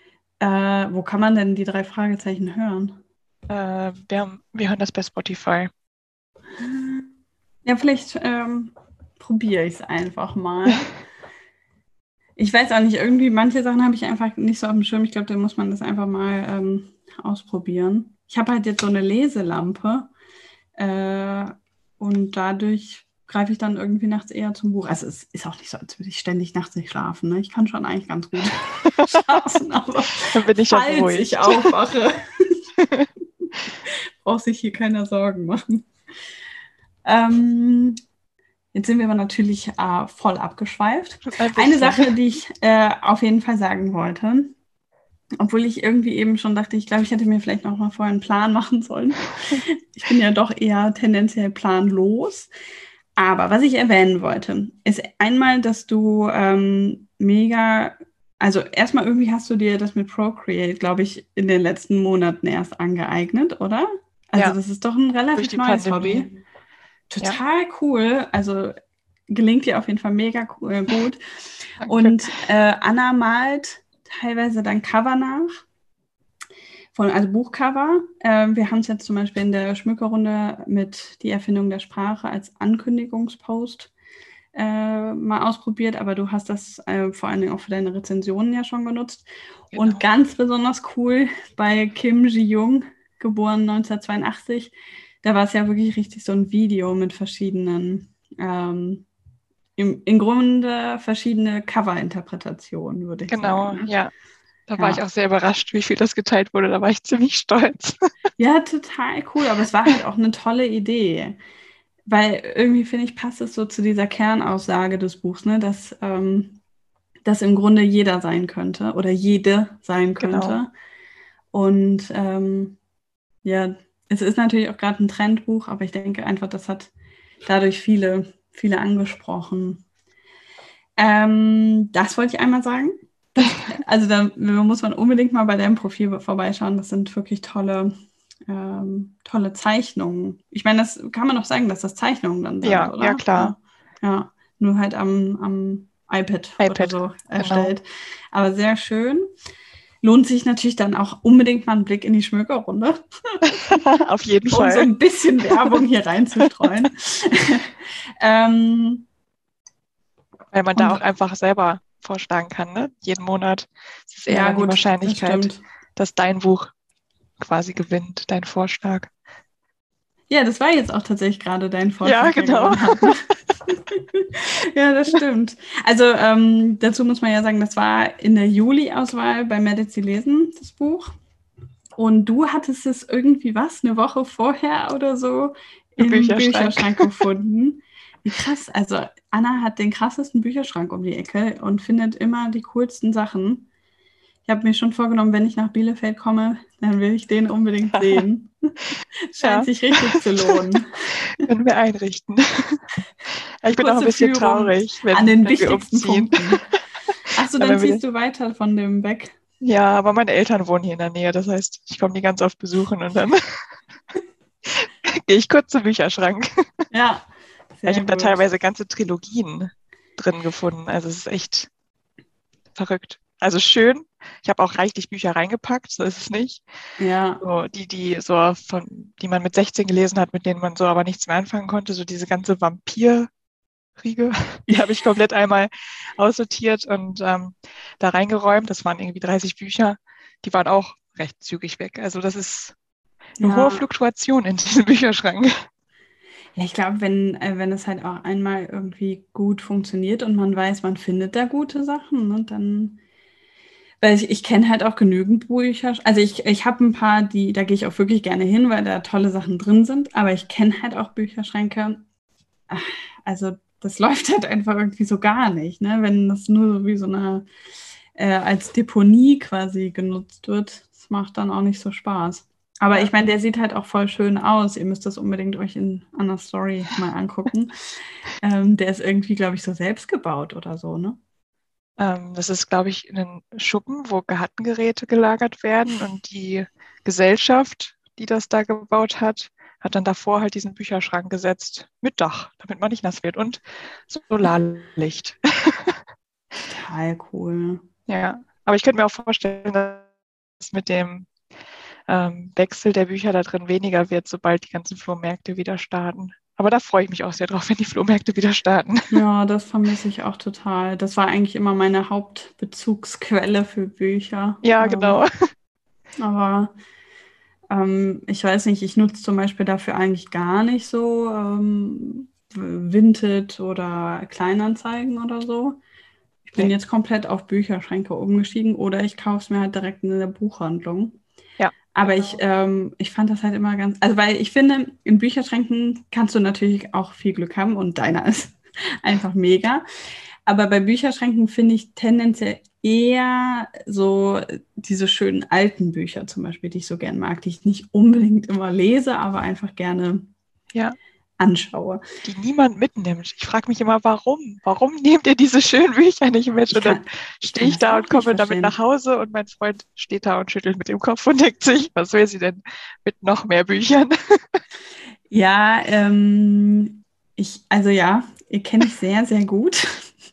Wo kann man denn die 3 Fragezeichen hören? Wir hören das bei Spotify. Ja, vielleicht probiere ich es einfach mal. Ich weiß auch nicht, irgendwie manche Sachen habe ich einfach nicht so auf dem Schirm. Ich glaube, da muss man das einfach mal ausprobieren. Ich habe halt jetzt so eine Leselampe. Und dadurch greife ich dann irgendwie nachts eher zum Buch. Also es ist auch nicht so, als würde ich ständig nachts nicht schlafen. Ne? Ich kann schon eigentlich ganz gut schlafen, aber Dann bin ich ja falls beruhigt. ich aufwache, braucht sich hier keiner Sorgen machen. Jetzt sind wir aber natürlich voll abgeschweift. Eine Sache, die ich auf jeden Fall sagen wollte, obwohl ich irgendwie eben schon dachte, ich glaube, ich hätte mir vielleicht noch mal vorher einen Plan machen sollen. Ich bin ja doch eher tendenziell planlos. Aber was ich erwähnen wollte, ist einmal, dass du also erstmal irgendwie hast du dir das mit Procreate, glaube ich, in den letzten Monaten erst angeeignet, oder? Also Ja, das ist doch ein durch relativ die neues Pandemie. Hobby. Total cool. Also gelingt dir auf jeden Fall mega cool, gut. Danke. Und Anna malt teilweise dann Cover nach. Also Buchcover. Wir haben es jetzt zum Beispiel in der Schmückerrunde mit die Erfindung der Sprache als Ankündigungspost mal ausprobiert, aber du hast das vor allen Dingen auch für deine Rezensionen ja schon genutzt. Genau. Und ganz besonders cool bei Kim Ji-young, geboren 1982, da war es ja wirklich richtig so ein Video mit verschiedenen, im Grunde verschiedene Cover-Interpretationen, würde ich sagen. Genau, ja. Da war ich auch sehr überrascht, wie viel das geteilt wurde. Da war ich ziemlich stolz. Ja, total cool, aber es war halt auch eine tolle Idee. Weil irgendwie, finde ich, passt es so zu dieser Kernaussage des Buchs, ne? Dass das im Grunde jeder sein könnte oder jede sein könnte. Genau. Und ja, es ist natürlich auch gerade ein Trendbuch, aber ich denke einfach, das hat dadurch viele, viele angesprochen. Das wollte ich einmal sagen. Also da muss man unbedingt mal bei deinem Profil vorbeischauen. Das sind wirklich tolle Zeichnungen. Ich meine, das kann man doch sagen, dass das Zeichnungen dann sind, Ja, oder? ja, klar. Ja, nur halt am iPad oder so erstellt. Genau. Aber sehr schön. Lohnt sich natürlich dann auch unbedingt mal einen Blick in die Schmökerrunde. Auf jeden Fall. Um so ein bisschen Werbung hier reinzustreuen. Weil man da auch einfach selber vorschlagen kann, ne? Jeden Monat ist es eher die Wahrscheinlichkeit, dass dein Buch quasi gewinnt, dein Vorschlag. Ja, das war jetzt auch tatsächlich gerade dein Vorschlag. Ja, genau. Ja, das stimmt. Also dazu muss man ja sagen, das war in der Juli-Auswahl bei Mehr als Sie lesen, das Buch. Und du hattest es irgendwie eine Woche vorher oder so im Bücherschrank gefunden. Wie krass. Also Anna hat den krassesten Bücherschrank um die Ecke und findet immer die coolsten Sachen. Ich habe mir schon vorgenommen, wenn ich nach Bielefeld komme, dann will ich den unbedingt sehen. Scheint sich richtig zu lohnen. Können wir einrichten. Ich bin auch ein bisschen traurig, wenn wir umziehen. Achso, dann ziehst du weiter von dem weg. Ja, aber meine Eltern wohnen hier in der Nähe. Das heißt, ich komme die ganz oft besuchen und dann gehe ich kurz zum Bücherschrank. Ja. Ich habe da teilweise ganze Trilogien drin gefunden. Also es ist echt verrückt. Also schön. Ich habe auch reichlich Bücher reingepackt, so ist es nicht. Ja. So, die man mit 16 gelesen hat, mit denen man so aber nichts mehr anfangen konnte. So diese ganze Vampir-Riege, die habe ich komplett einmal aussortiert und da reingeräumt. Das waren irgendwie 30 Bücher. Die waren auch recht zügig weg. Also das ist eine hohe Fluktuation in diesem Bücherschrank. Ja, ich glaube, wenn es halt auch einmal irgendwie gut funktioniert und man weiß, man findet da gute Sachen, ne, dann, weil ich kenne halt auch genügend Bücher. Also ich habe ein paar, da gehe ich auch wirklich gerne hin, weil da tolle Sachen drin sind, aber ich kenne halt auch Bücherschränke. Also das läuft halt einfach irgendwie so gar nicht, ne? Wenn das nur so wie so eine als Deponie quasi genutzt wird, das macht dann auch nicht so Spaß. Aber ich meine, der sieht halt auch voll schön aus. Ihr müsst das unbedingt euch in Annas Story mal angucken. Der ist irgendwie, glaube ich, so selbst gebaut oder so, ne? Das ist, glaube ich, ein Schuppen, wo Gartengeräte gelagert werden. Und die Gesellschaft, die das da gebaut hat, hat dann davor halt diesen Bücherschrank gesetzt mit Dach, damit man nicht nass wird. Und Solarlicht. Total cool. Ja, aber ich könnte mir auch vorstellen, dass mit dem Wechsel der Bücher da drin weniger wird, sobald die ganzen Flohmärkte wieder starten. Aber da freue ich mich auch sehr drauf, wenn die Flohmärkte wieder starten. Ja, das vermisse ich auch total. Das war eigentlich immer meine Hauptbezugsquelle für Bücher. Ja, genau. Aber Ich weiß nicht, ich nutze zum Beispiel dafür eigentlich gar nicht so Vinted oder Kleinanzeigen oder so. Ich bin Nee. jetzt komplett auf Bücherschränke umgestiegen oder ich kaufe es mir halt direkt in der Buchhandlung. Ja, Aber genau. ich fand das halt immer ganz, also weil ich finde, in Bücherschränken kannst du natürlich auch viel Glück haben und deiner ist einfach mega. Aber bei Bücherschränken finde ich tendenziell eher so diese schönen alten Bücher zum Beispiel, die ich so gern mag, die ich nicht unbedingt immer lese, aber einfach gerne Ja, anschaue. die niemand mitnimmt. Ich frage mich immer, warum? Warum nehmt ihr diese schönen Bücher nicht mit? Ich Und dann kann, ich stehe kann ich das da auch und nicht komme damit nach verstehen. Hause und mein Freund steht da und schüttelt mit dem Kopf und denkt sich, was will sie denn mit noch mehr Büchern? Ja, also ja, kenne ich sehr, sehr gut.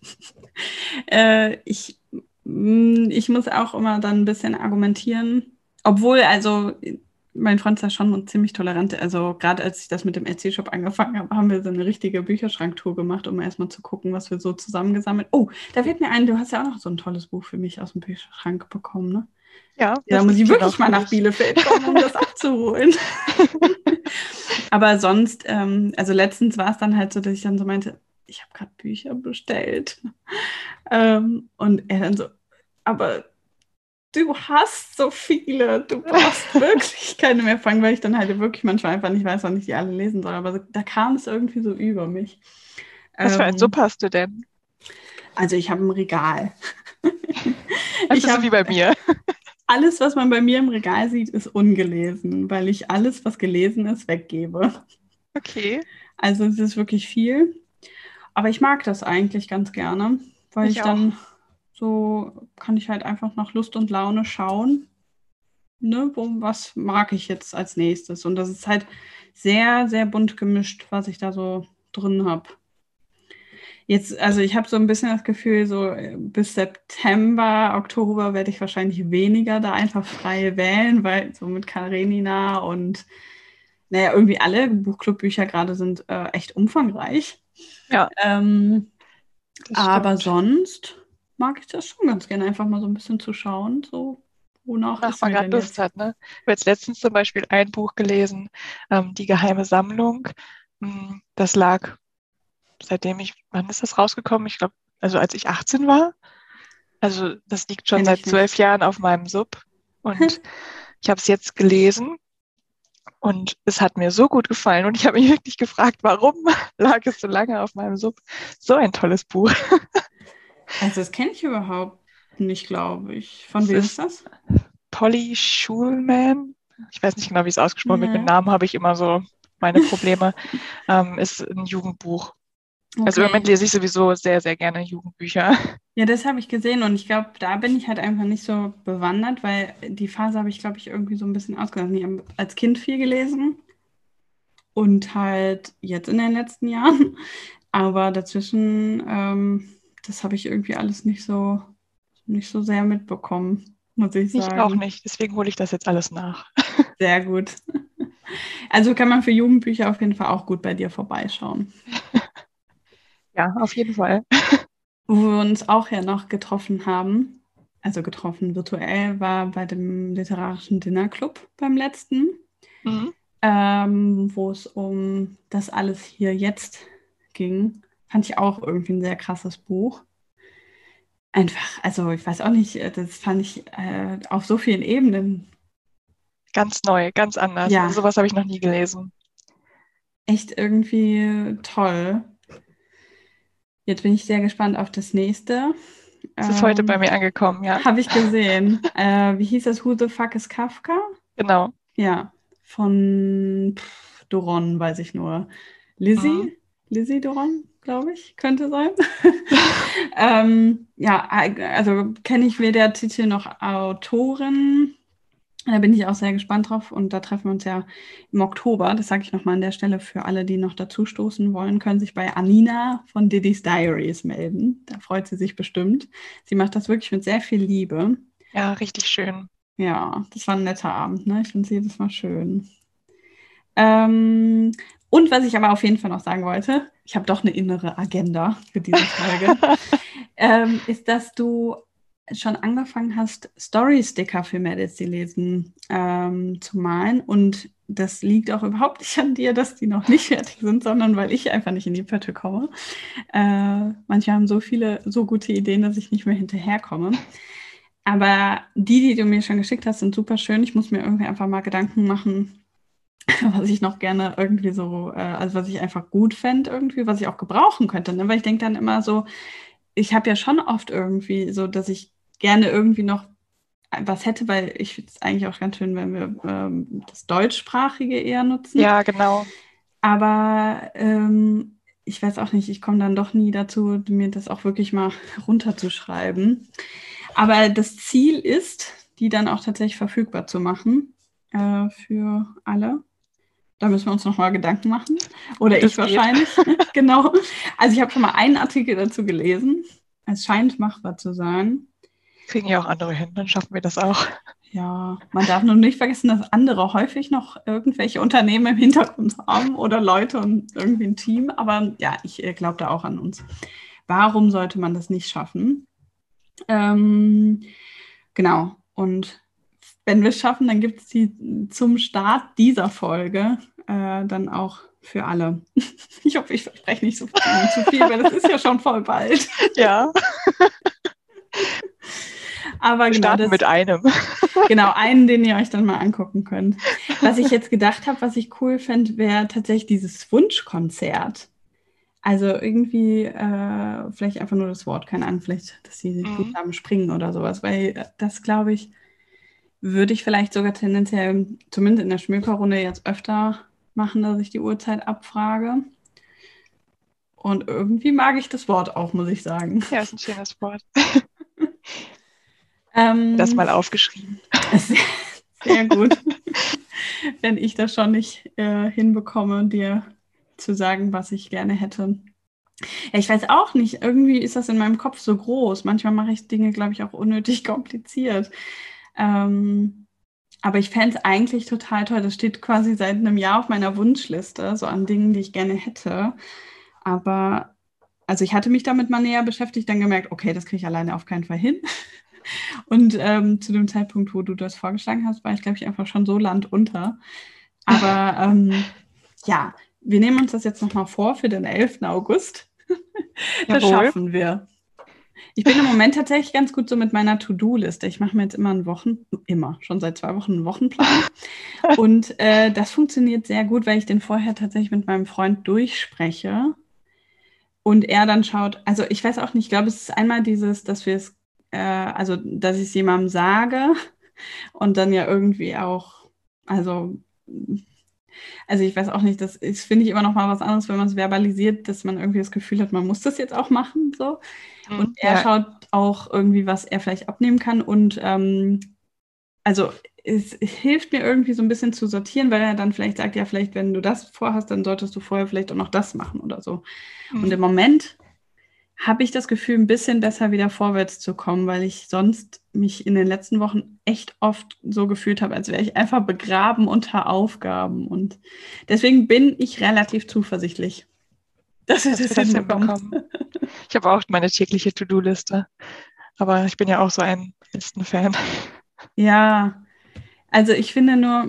Ich, ich muss auch immer dann ein bisschen argumentieren. Obwohl, also, mein Freund ist ja schon ziemlich tolerant. Also, gerade als ich das mit dem Etsy-Shop angefangen habe, haben wir so eine richtige Bücherschranktour gemacht, um erstmal zu gucken, was wir so zusammengesammelt. Oh, da fällt mir ein, du hast ja auch noch so ein tolles Buch für mich aus dem Bücherschrank bekommen, ne? Ja, Ja, da das muss ich liegt hier wirklich noch. mal nach Bielefeld kommen, um das abzuholen. Aber sonst, also letztens war es dann halt so, dass ich dann so meinte, ich habe gerade Bücher bestellt. Und er dann so, aber du hast so viele, du brauchst wirklich keine mehr fangen, weil ich dann halt wirklich manchmal einfach nicht weiß, wann ich die alle lesen soll. Aber so, da kam es irgendwie so über mich. Was für ein Sub Ähm, hast du denn? also ich habe ein Regal. Das Ich ist so habe wie bei mir. alles, was man bei mir im Regal sieht, ist ungelesen, weil ich alles, was gelesen ist, weggebe. Okay, Also es ist wirklich viel. Aber ich mag das eigentlich ganz gerne, weil ich ich auch. dann so kann ich halt einfach nach Lust und Laune schauen, ne, was mag ich jetzt als nächstes. Und das ist halt sehr, sehr bunt gemischt, was ich da so drin habe. Jetzt, also ich habe so ein bisschen das Gefühl, so bis September, Oktober werde ich wahrscheinlich weniger da einfach frei wählen, weil so mit Karenina und naja, irgendwie alle Buchclubbücher gerade sind echt umfangreich. Ja, Ähm, das aber stimmt. sonst mag ich das schon ganz gerne, einfach mal so ein bisschen zu schauen, so, wonach Wonach ist man mir gerade denn Lust jetzt? hat, ne? Ich habe jetzt letztens zum Beispiel ein Buch gelesen, Die geheime Sammlung. Das lag, wann ist das rausgekommen? Ich glaube, also als ich 18 war. Also das liegt schon Kenne seit ich nicht. 12 Jahren auf meinem Sub. Und ich habe es jetzt gelesen und es hat mir so gut gefallen. Und ich habe mich wirklich gefragt, warum lag es so lange auf meinem Sub? So ein tolles Buch. Also das kenne ich überhaupt nicht, glaube ich. Von Es wem ist ist das? Polly Schulman. Ich weiß nicht genau, wie es ausgesprochen wird. Mit Mhm. Namen habe ich immer so meine Probleme. Ist ein Jugendbuch. Also im Moment Okay. lese ich sowieso sehr, sehr gerne Jugendbücher. Ja, das habe ich gesehen und ich glaube, da bin ich halt einfach nicht so bewandert, weil die Phase habe ich, glaube ich, irgendwie so ein bisschen ausgelassen. Ich habe als Kind viel gelesen und halt jetzt in den letzten Jahren. Aber dazwischen, das habe ich irgendwie alles nicht so sehr mitbekommen, muss ich Ich auch sagen. nicht. Deswegen hole ich das jetzt alles nach. Sehr gut. Also kann man für Jugendbücher auf jeden Fall auch gut bei dir vorbeischauen. Ja, auf jeden Fall. Wo wir uns auch ja noch getroffen haben, also getroffen virtuell, war bei dem literarischen Dinnerclub beim letzten, Mhm. wo es um das alles hier jetzt ging. Fand ich auch irgendwie ein sehr krasses Buch. Einfach, also ich weiß auch nicht, das fand ich auf so vielen Ebenen, Ganz neu, ganz anders. Also ja, sowas habe ich noch nie gelesen. echt irgendwie toll. Jetzt bin ich sehr gespannt auf das nächste. Es ist heute bei Ähm, mir angekommen, ja. Habe ich gesehen. Wie hieß das? Who the fuck is Kafka? Genau. Ja, von Doron weiß ich nur. Mhm. Lizzie Doron, glaube ich, könnte sein. Ja, also kenne ich weder Titel noch Autorin. Da bin ich auch sehr gespannt drauf und da treffen wir uns ja im Oktober. Das sage ich nochmal an der Stelle für alle, die noch dazustoßen wollen, können sich bei Anina von Diddy's Diaries melden. Da freut sie sich bestimmt. Sie macht das wirklich mit sehr viel Liebe. Ja, richtig schön. Ja, das war ein netter Abend, ne? Ich finde es jedes Mal schön. Ähm, und was ich aber auf jeden Fall noch sagen wollte, ich habe doch eine innere Agenda für diese Folge, ist, dass du schon angefangen hast, Story-Sticker für Mädels, die lesen, zu malen. Und das liegt auch überhaupt nicht an dir, dass die noch nicht fertig sind, sondern weil ich einfach nicht in die Pötte komme. Manche haben so viele, so gute Ideen, dass ich nicht mehr hinterherkomme. Aber die du mir schon geschickt hast, sind super schön. Ich muss mir irgendwie einfach mal Gedanken machen, was ich noch gerne irgendwie so, also was ich einfach gut fände irgendwie, was ich auch gebrauchen könnte. Ne? Weil ich denke dann immer so, ich habe ja schon oft irgendwie so, dass ich gerne irgendwie noch was hätte, weil ich finde es eigentlich auch ganz schön, wenn wir das Deutschsprachige eher nutzen. Ja, genau. Aber ich weiß auch nicht, ich komme dann doch nie dazu, mir das auch wirklich mal runterzuschreiben. Aber das Ziel ist, die dann auch tatsächlich verfügbar zu machen für alle. Da müssen wir uns nochmal Gedanken machen. Oder Das ich wahrscheinlich. Genau. Also ich habe schon mal einen Artikel dazu gelesen. Es scheint machbar zu sein. Kriegen ja auch andere hin, dann schaffen wir das auch. Ja, man darf nur nicht vergessen, dass andere häufig noch irgendwelche Unternehmen im Hintergrund haben oder Leute und irgendwie ein Team. Aber ja, ich glaube da auch an uns. Warum sollte man das nicht schaffen? Genau. Und wenn wir es schaffen, dann gibt es die zum Start dieser Folge dann auch für alle. Ich hoffe, ich verspreche nicht zu viel, weil das ist ja schon voll bald. Ja. Aber wir starten mit einem. Genau, einen, den ihr euch dann mal angucken könnt. Was ich jetzt gedacht habe, was ich cool fände, wäre tatsächlich dieses Wunschkonzert. Also irgendwie vielleicht einfach nur das Wort, keine Ahnung, vielleicht, dass die Buchstaben springen oder sowas, weil das, glaube ich, würde ich vielleicht sogar tendenziell, zumindest in der Schmökerrunde jetzt öfter machen, dass ich die Uhrzeit abfrage. Und irgendwie mag ich das Wort auch, muss ich sagen. Ja, ist ein schönes Wort. Das mal aufgeschrieben. Sehr gut. Wenn ich das schon nicht hinbekomme, dir zu sagen, was ich gerne hätte. Ja, ich weiß auch nicht. Irgendwie ist das in meinem Kopf so groß. Manchmal mache ich Dinge, glaube ich, auch unnötig kompliziert. Aber ich fände es eigentlich total toll. Das steht quasi seit einem Jahr auf meiner Wunschliste, so an Dingen, die ich gerne hätte. Aber also ich hatte mich damit mal näher beschäftigt, dann gemerkt, okay, das kriege ich alleine auf keinen Fall hin. Und zu dem Zeitpunkt, wo du das vorgeschlagen hast, war ich, glaube ich, einfach schon so landunter. Aber ja, wir nehmen uns das jetzt nochmal vor für den 11. August. Das schaffen wir. Ich bin im Moment tatsächlich ganz gut so mit meiner To-Do-Liste. Ich mache mir jetzt schon seit 2 Wochen einen Wochenplan. Und das funktioniert sehr gut, weil ich den vorher tatsächlich mit meinem Freund durchspreche. Und er dann schaut, also ich weiß auch nicht, ich glaube, es ist einmal dieses, dass wir es, also dass ich es jemandem sage und dann ja irgendwie auch, also ich weiß auch nicht, das finde ich immer noch mal was anderes, wenn man es verbalisiert, dass man irgendwie das Gefühl hat, man muss das jetzt auch machen, so. Und er schaut auch irgendwie, was er vielleicht abnehmen kann und also es hilft mir irgendwie so ein bisschen zu sortieren, weil er dann vielleicht sagt, ja, vielleicht, wenn du das vorhast, dann solltest du vorher vielleicht auch noch das machen oder so. Und im Moment habe ich das Gefühl, ein bisschen besser wieder vorwärts zu kommen, weil ich sonst mich in den letzten Wochen echt oft so gefühlt habe, als wäre ich einfach begraben unter Aufgaben. Und deswegen bin ich relativ zuversichtlich, dass wir das hinbekommen. Ich habe auch meine tägliche To-Do-Liste, aber ich bin ja auch so ein Listenfan. Ja, also ich finde nur,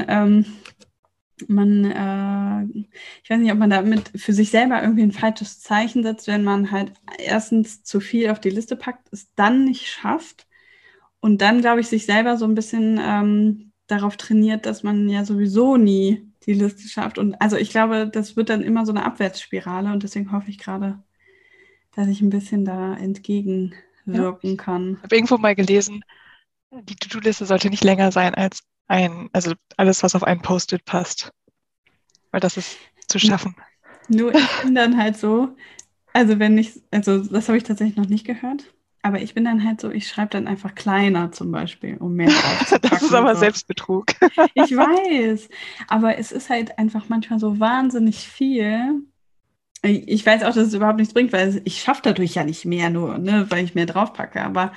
ich weiß nicht, ob man damit für sich selber irgendwie ein falsches Zeichen setzt, wenn man halt erstens zu viel auf die Liste packt, es dann nicht schafft und dann, glaube ich, sich selber so ein bisschen darauf trainiert, dass man ja sowieso nie die Liste schafft. Und also ich glaube, das wird dann immer so eine Abwärtsspirale und deswegen hoffe ich gerade, dass ich ein bisschen da entgegenwirken kann. Ich habe irgendwo mal gelesen, die To-Do-Liste sollte nicht länger sein als also alles, was auf ein Post-it passt. Weil das ist zu schaffen. Nur ich bin dann halt so, also das habe ich tatsächlich noch nicht gehört, aber ich bin dann halt so, ich schreibe dann einfach kleiner zum Beispiel, um mehr draufzupacken. Das ist aber Selbstbetrug. Ich weiß, aber es ist halt einfach manchmal so wahnsinnig viel. Ich weiß auch, dass es überhaupt nichts bringt, weil ich schaffe dadurch ja nicht mehr nur, ne, weil ich mehr draufpacke, aber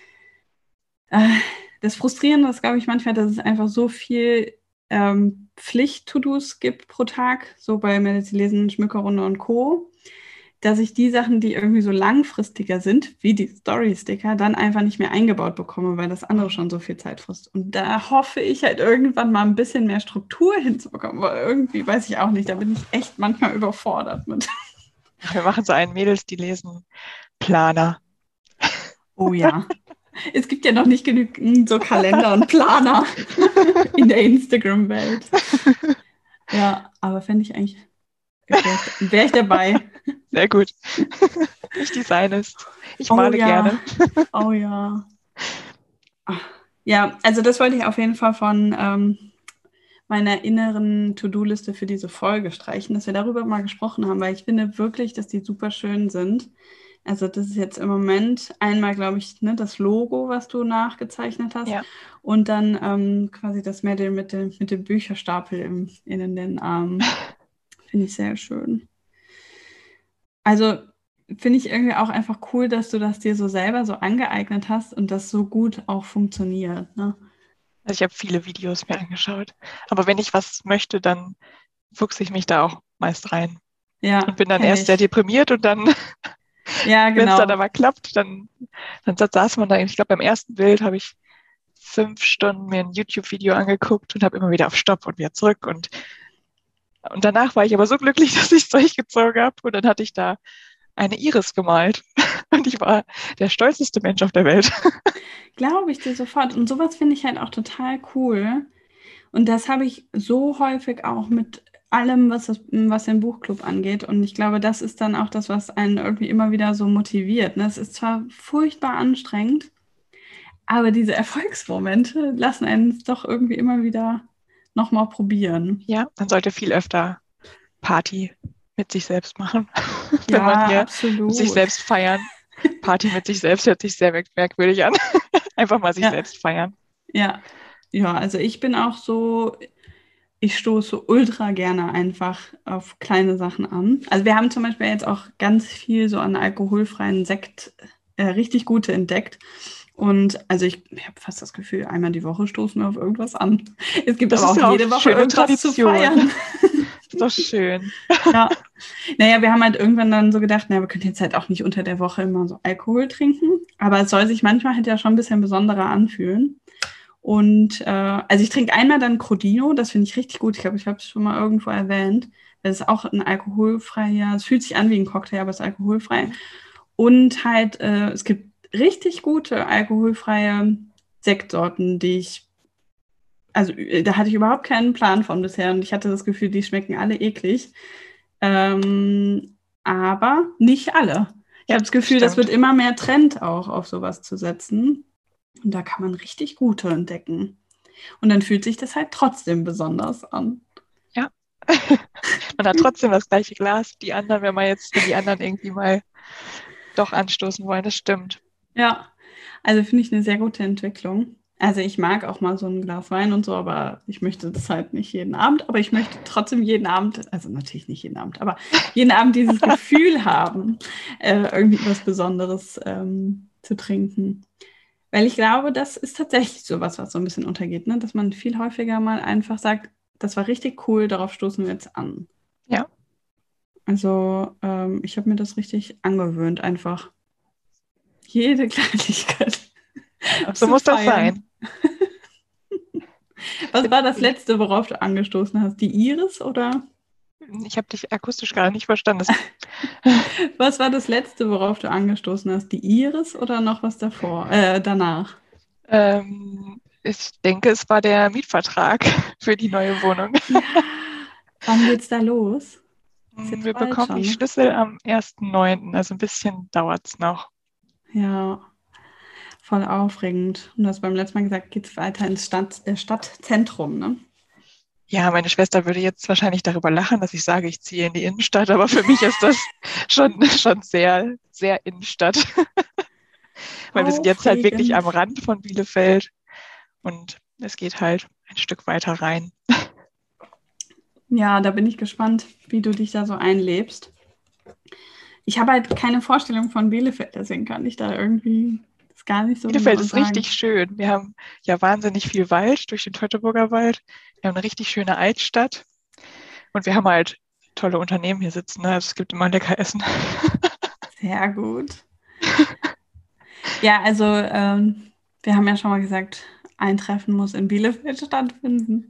das Frustrierende ist, glaube ich, manchmal, dass es einfach so viel Pflicht-To-Dos gibt pro Tag, so bei Mädels, die lesen, Schmückerrunde und Co., dass ich die Sachen, die irgendwie so langfristiger sind, wie die Story-Sticker, dann einfach nicht mehr eingebaut bekomme, weil das andere schon so viel Zeit frisst. Und da hoffe ich halt irgendwann mal ein bisschen mehr Struktur hinzubekommen, weil irgendwie, weiß ich auch nicht, da bin ich echt manchmal überfordert mit. Wir machen so einen Mädels, die lesen Planer. Oh ja. Es gibt ja noch nicht genügend so Kalender und Planer in der Instagram-Welt. Ja, aber fände ich eigentlich, wäre ich dabei. Sehr gut. Ich designest. Ich Oh male ja. gerne. Oh ja. Ja, also das wollte ich auf jeden Fall von meiner inneren To-Do-Liste für diese Folge streichen, dass wir darüber mal gesprochen haben, weil ich finde wirklich, dass die super schön sind. Also das ist jetzt im Moment einmal, glaube ich, ne, das Logo, was du nachgezeichnet hast, Ja. und dann quasi das Mädel mit dem Bücherstapel in den Armen. Finde ich sehr schön. Also finde ich irgendwie auch einfach cool, dass du das dir so selber so angeeignet hast und das so gut auch funktioniert. Ne? Also ich habe viele Videos mir angeschaut. Aber wenn ich was möchte, dann fuchse ich mich da auch meist rein. Ja, Und bin dann kenn erst sehr ich. deprimiert und dann, Ja, wenn es dann genau. aber klappt, dann saß man da. Ich glaube, beim ersten Bild habe ich 5 Stunden mir ein YouTube-Video angeguckt und habe immer wieder auf Stopp und wieder zurück. Und danach war ich aber so glücklich, dass ich es durchgezogen habe. Und dann hatte ich da eine Iris gemalt. Und ich war der stolzeste Mensch auf der Welt. Glaube ich dir sofort. Und sowas finde ich halt auch total cool. Und das habe ich so häufig auch mit allem, was den Buchclub angeht. Und ich glaube, das ist dann auch das, was einen irgendwie immer wieder so motiviert. Ne? Es ist zwar furchtbar anstrengend, aber diese Erfolgsmomente lassen einen doch irgendwie immer wieder nochmal probieren. Ja, man sollte viel öfter Party mit sich selbst machen, wenn man Ja, hier absolut. sich selbst feiern. Party mit sich selbst hört sich sehr merkwürdig an. Einfach mal sich Ja, selbst feiern. ja, ja, also ich bin auch so, ich stoße ultra gerne einfach auf kleine Sachen an. Also wir haben zum Beispiel jetzt auch ganz viel so an alkoholfreien Sekt, richtig gute entdeckt. Und also ich habe fast das Gefühl, einmal die Woche stoßen wir auf irgendwas an. Es gibt Das aber ist auch ja auch jede Woche schöne irgendwas zu Tradition. feiern. Ist doch schön. Ja. Naja, wir haben halt irgendwann dann so gedacht, naja, wir können jetzt halt auch nicht unter der Woche immer so Alkohol trinken. Aber es soll sich manchmal halt ja schon ein bisschen besonderer anfühlen. Und also ich trinke einmal dann Crodino, das finde ich richtig gut. Ich glaube, ich habe es schon mal irgendwo erwähnt. Das ist auch ein alkoholfreier, es fühlt sich an wie ein Cocktail, aber es ist alkoholfrei. Und halt, es gibt richtig gute alkoholfreie Sektsorten, also da hatte ich überhaupt keinen Plan von bisher und ich hatte das Gefühl, die schmecken alle eklig. Aber nicht alle. Ich Ja, habe das Gefühl, das wird stimmt. immer mehr Trend auch, auf sowas zu setzen. Und da kann man richtig gute entdecken. Und dann fühlt sich das halt trotzdem besonders an. Ja. Man hat trotzdem das gleiche Glas. Die anderen, wenn die anderen irgendwie mal doch anstoßen wollen, das stimmt. Ja, also finde ich eine sehr gute Entwicklung. Also ich mag auch mal so ein Glas Wein und so, aber ich möchte das halt nicht jeden Abend. Aber ich möchte trotzdem jeden Abend, also natürlich nicht jeden Abend, aber jeden Abend dieses Gefühl haben, irgendwie was Besonderes zu trinken. Weil ich glaube, das ist tatsächlich sowas, was so ein bisschen untergeht, ne? Dass man viel häufiger mal einfach sagt, das war richtig cool, darauf stoßen wir jetzt an. Ja, Also ich habe mir das richtig angewöhnt, einfach jede Kleinigkeit so zu muss das feiern. sein. Was war das Letzte, worauf du angestoßen hast? Die Iris oder? Ich habe dich akustisch gerade nicht verstanden. Was war das Letzte, worauf du angestoßen hast? Die Iris oder noch was danach? Ich denke, es war der Mietvertrag für die neue Wohnung. Ja, wann geht's da los? Ist Wir jetzt bald bekommen schon, die ne? Schlüssel am 1.9., also ein bisschen dauert es noch. Ja, voll aufregend. Und du hast beim letzten Mal gesagt, geht's weiter ins Stadtzentrum, ne? Ja, meine Schwester würde jetzt wahrscheinlich darüber lachen, dass ich sage, ich ziehe in die Innenstadt, aber für mich ist das schon sehr, sehr Innenstadt. Weil wir sind jetzt halt wirklich Aufregend. am Rand von Bielefeld und es geht halt ein Stück weiter rein. Ja, da bin ich gespannt, wie du dich da so einlebst. Ich habe halt keine Vorstellung von Bielefeld, deswegen kann ich da irgendwie das gar nicht so Bielefeld genau ist sagen. richtig schön. Wir haben ja wahnsinnig viel Wald durch den Teutoburger Wald. Wir haben eine richtig schöne Altstadt und wir haben halt tolle Unternehmen hier sitzen. Ne? Also es gibt immer lecker Essen. Sehr gut. Ja, also wir haben ja schon mal gesagt, ein Treffen muss in Bielefeld stattfinden.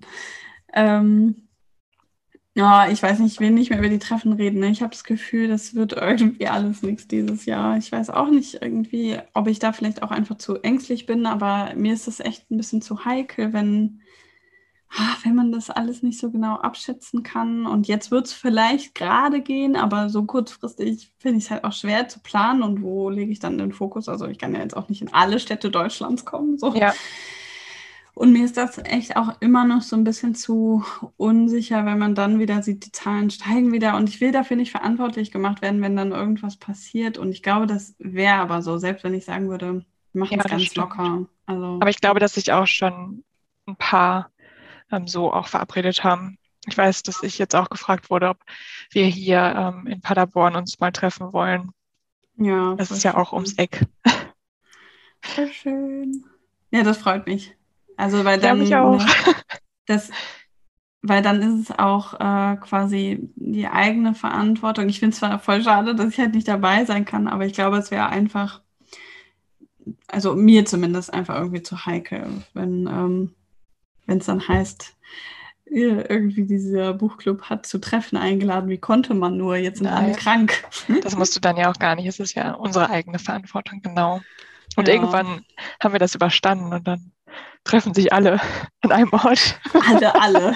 Ja, ich weiß nicht, ich will nicht mehr über die Treffen reden. Ne? Ich habe das Gefühl, das wird irgendwie alles nichts dieses Jahr. Ich weiß auch nicht irgendwie, ob ich da vielleicht auch einfach zu ängstlich bin, aber mir ist das echt ein bisschen zu heikel, wenn man das alles nicht so genau abschätzen kann. Und jetzt wird es vielleicht gerade gehen, aber so kurzfristig finde ich es halt auch schwer zu planen. Und wo lege ich dann den Fokus? Also ich kann ja jetzt auch nicht in alle Städte Deutschlands kommen. So. Ja, Und mir ist das echt auch immer noch so ein bisschen zu unsicher, wenn man dann wieder sieht, die Zahlen steigen wieder. Und ich will dafür nicht verantwortlich gemacht werden, wenn dann irgendwas passiert. Und ich glaube, das wäre aber so, selbst wenn ich sagen würde, wir machen ja, es das ganz stimmt. locker. Also, Aber ich glaube, dass sich auch schon ein paar so auch verabredet haben. Ich weiß, dass ich jetzt auch gefragt wurde, ob wir hier in Paderborn uns mal treffen wollen. ja, Das voll ist ja auch ums schön. Eck. Voll schön. Ja, das freut mich. Also, weil Ja, mich dann, auch. ne, das, weil dann ist es auch quasi die eigene Verantwortung. Ich finde es zwar voll schade, dass ich halt nicht dabei sein kann, aber ich glaube, es wäre einfach, also mir zumindest einfach irgendwie zu heikel, wenn es dann heißt, irgendwie dieser Buchclub hat zu Treffen eingeladen, wie konnte man nur, jetzt sind alle Nein, krank. das musst du dann ja auch gar nicht. Es ist ja unsere eigene Verantwortung, genau. Und Ja, irgendwann haben wir das überstanden und dann treffen sich alle an einem Ort. alle.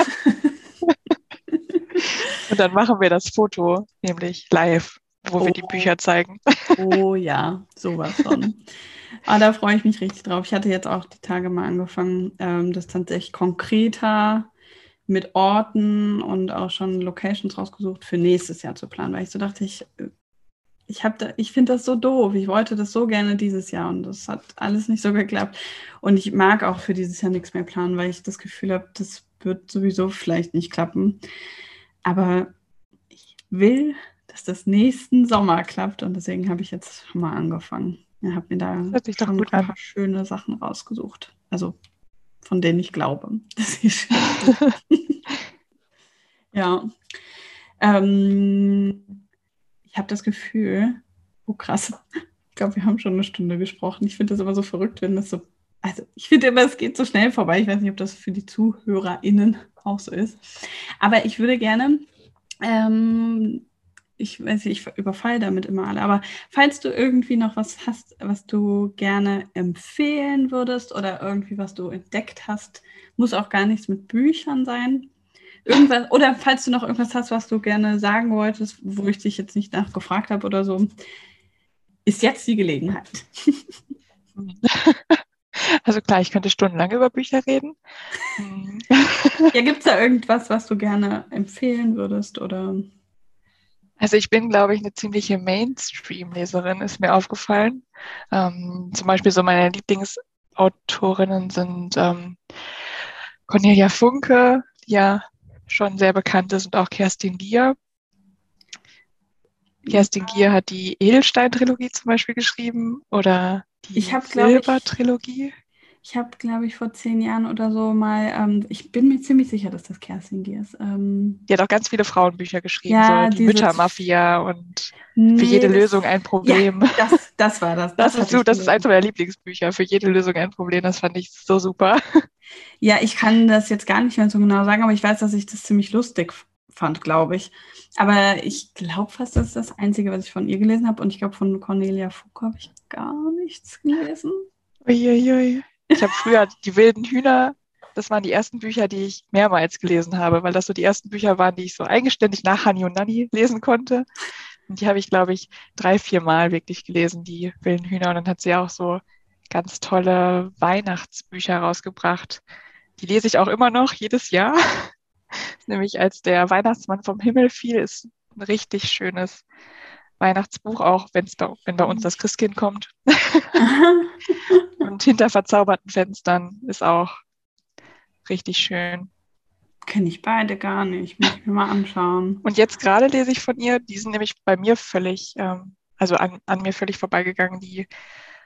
Und dann machen wir das Foto, nämlich live, wo wir die Oh, Bücher zeigen. oh ja, sowas von. Aber da freue ich mich richtig drauf. Ich hatte jetzt auch die Tage mal angefangen, das tatsächlich konkreter mit Orten und auch schon Locations rausgesucht für nächstes Jahr zu planen, weil ich so dachte, ich finde das so doof. Ich wollte das so gerne dieses Jahr und das hat alles nicht so geklappt. Und ich mag auch für dieses Jahr nichts mehr planen, weil ich das Gefühl habe, das wird sowieso vielleicht nicht klappen. Aber ich will, dass das nächsten Sommer klappt und deswegen habe ich jetzt schon mal angefangen. Ich habe mir da Das hört sich doch schon gut ein an. paar schöne Sachen rausgesucht. Also von denen ich glaube, dass sie schön sind. Ja. Ich habe das Gefühl, oh krass, ich glaube, wir haben schon eine Stunde gesprochen. Ich finde das immer so verrückt, wenn das so, also ich finde immer, es geht so schnell vorbei. Ich weiß nicht, ob das für die ZuhörerInnen auch so ist. Aber ich würde gerne, ich weiß nicht, ich überfalle damit immer alle, aber falls du irgendwie noch was hast, was du gerne empfehlen würdest oder irgendwie was du entdeckt hast, muss auch gar nichts mit Büchern sein. Irgendwas, oder falls du noch irgendwas hast, was du gerne sagen wolltest, wo ich dich jetzt nicht nachgefragt habe oder so, ist jetzt die Gelegenheit. Also klar, ich könnte stundenlang über Bücher reden. Ja, gibt es da irgendwas, was du gerne empfehlen würdest? Oder? Also ich bin, glaube ich, eine ziemliche Mainstream-Leserin, ist mir aufgefallen. Zum Beispiel so meine Lieblingsautorinnen sind Cornelia Funke, die ja schon sehr bekannt ist, und auch Kerstin Gier. Kerstin Gier hat die Edelstein-Trilogie zum Beispiel geschrieben oder Ich die habe, Silber-Trilogie. glaube ich, vor 10 Jahren oder so mal, ich bin mir ziemlich sicher, dass das Kerstin Gier ist. Die hat auch ganz viele Frauenbücher geschrieben, so Ja, die diese, Müttermafia und für nee, jede Lösung ein ja, Problem. das war das, Das das ist hatte so, ich das ist eins gelesen. meiner Lieblingsbücher. Für jede Lösung ein Problem. Das fand ich so super. Ja, ich kann das jetzt gar nicht mehr so genau sagen, aber ich weiß, dass ich das ziemlich lustig fand, glaube ich. Aber ich glaube fast, das ist das Einzige, was ich von ihr gelesen habe. Und ich glaube, von Cornelia Funke habe ich gar nichts gelesen. Uiuiui. Ich habe früher die wilden Hühner, das waren die ersten Bücher, die ich mehrmals gelesen habe, weil das so die ersten Bücher waren, die ich so eigenständig nach Hani und Nanni lesen konnte. Und die habe ich, glaube ich, 3, 4 Mal wirklich gelesen, die wilden Hühner. Und dann hat sie auch so ganz tolle Weihnachtsbücher rausgebracht. Die lese ich auch immer noch jedes Jahr. Nämlich als der Weihnachtsmann vom Himmel fiel, ist ein richtig schönes Weihnachtsbuch, auch wenn bei uns das Christkind kommt. Und hinter verzauberten Fenstern ist auch richtig schön. Kenne ich beide gar nicht. Muss ich mir mal anschauen. Und jetzt gerade lese ich von ihr, die sind nämlich bei mir völlig, also an mir völlig vorbeigegangen, die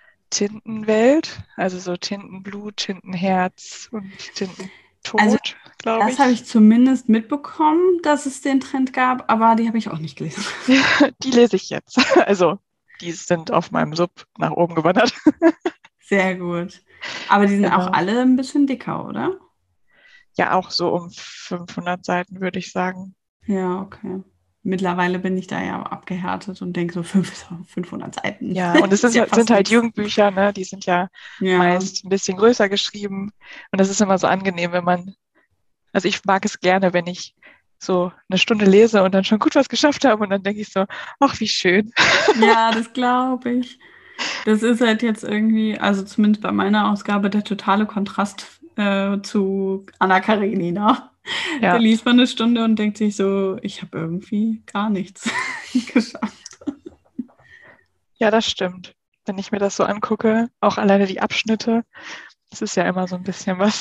Tintenwelt, also so Tintenblut, Tintenherz und Also Tintentod. glaube Das ich. habe ich zumindest mitbekommen, dass es den Trend gab, aber die habe ich auch nicht gelesen. Die lese ich jetzt. Also, die sind auf meinem Sub nach oben gewandert. Sehr gut. Aber die sind auch Genau. alle ein bisschen dicker, oder? Ja, auch so um 500 Seiten, würde ich sagen. Ja, okay. Mittlerweile bin ich da ja abgehärtet und denke so 500 Seiten. Ja, und es Ist ja sind fast halt nichts. Jugendbücher, ne? Die sind ja Ja, meist ein bisschen größer geschrieben. Und das ist immer so angenehm, wenn man, also ich mag es gerne, wenn ich so eine Stunde lese und dann schon gut was geschafft habe und dann denke ich so, ach, wie schön. ja, das glaube ich. Das ist halt jetzt irgendwie, also zumindest bei meiner Ausgabe, der totale Kontrast zu Anna Karenina. Da Ja, liest man eine Stunde und denkt sich so, ich habe irgendwie gar nichts geschafft. ja, das stimmt. Wenn ich mir das so angucke, auch alleine die Abschnitte, das ist ja immer so ein bisschen was.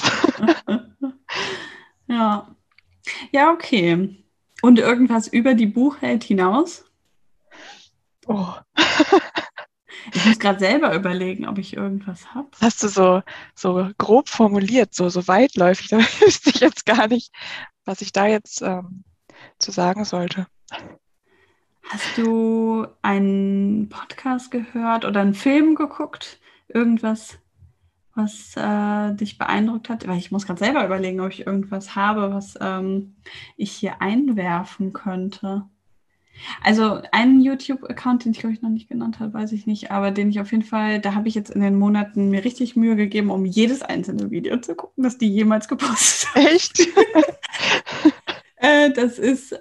Ja. Ja, okay. Und irgendwas über die Buchwelt hinaus? Oh, Ich muss gerade selber überlegen, ob ich irgendwas habe. das hast du so grob formuliert, so weitläufig. Da wüsste ich jetzt gar nicht, was ich da jetzt zu sagen sollte. Hast du einen Podcast gehört oder einen Film geguckt? Irgendwas, was dich beeindruckt hat? Weil ich muss gerade selber überlegen, ob ich irgendwas habe, was ich hier einwerfen könnte. Also einen YouTube-Account, den ich glaube ich noch nicht genannt habe, weiß ich nicht, aber den ich auf jeden Fall, da habe ich jetzt in den Monaten mir richtig Mühe gegeben, um jedes einzelne Video zu gucken, das die jemals gepostet haben. Echt? Das ist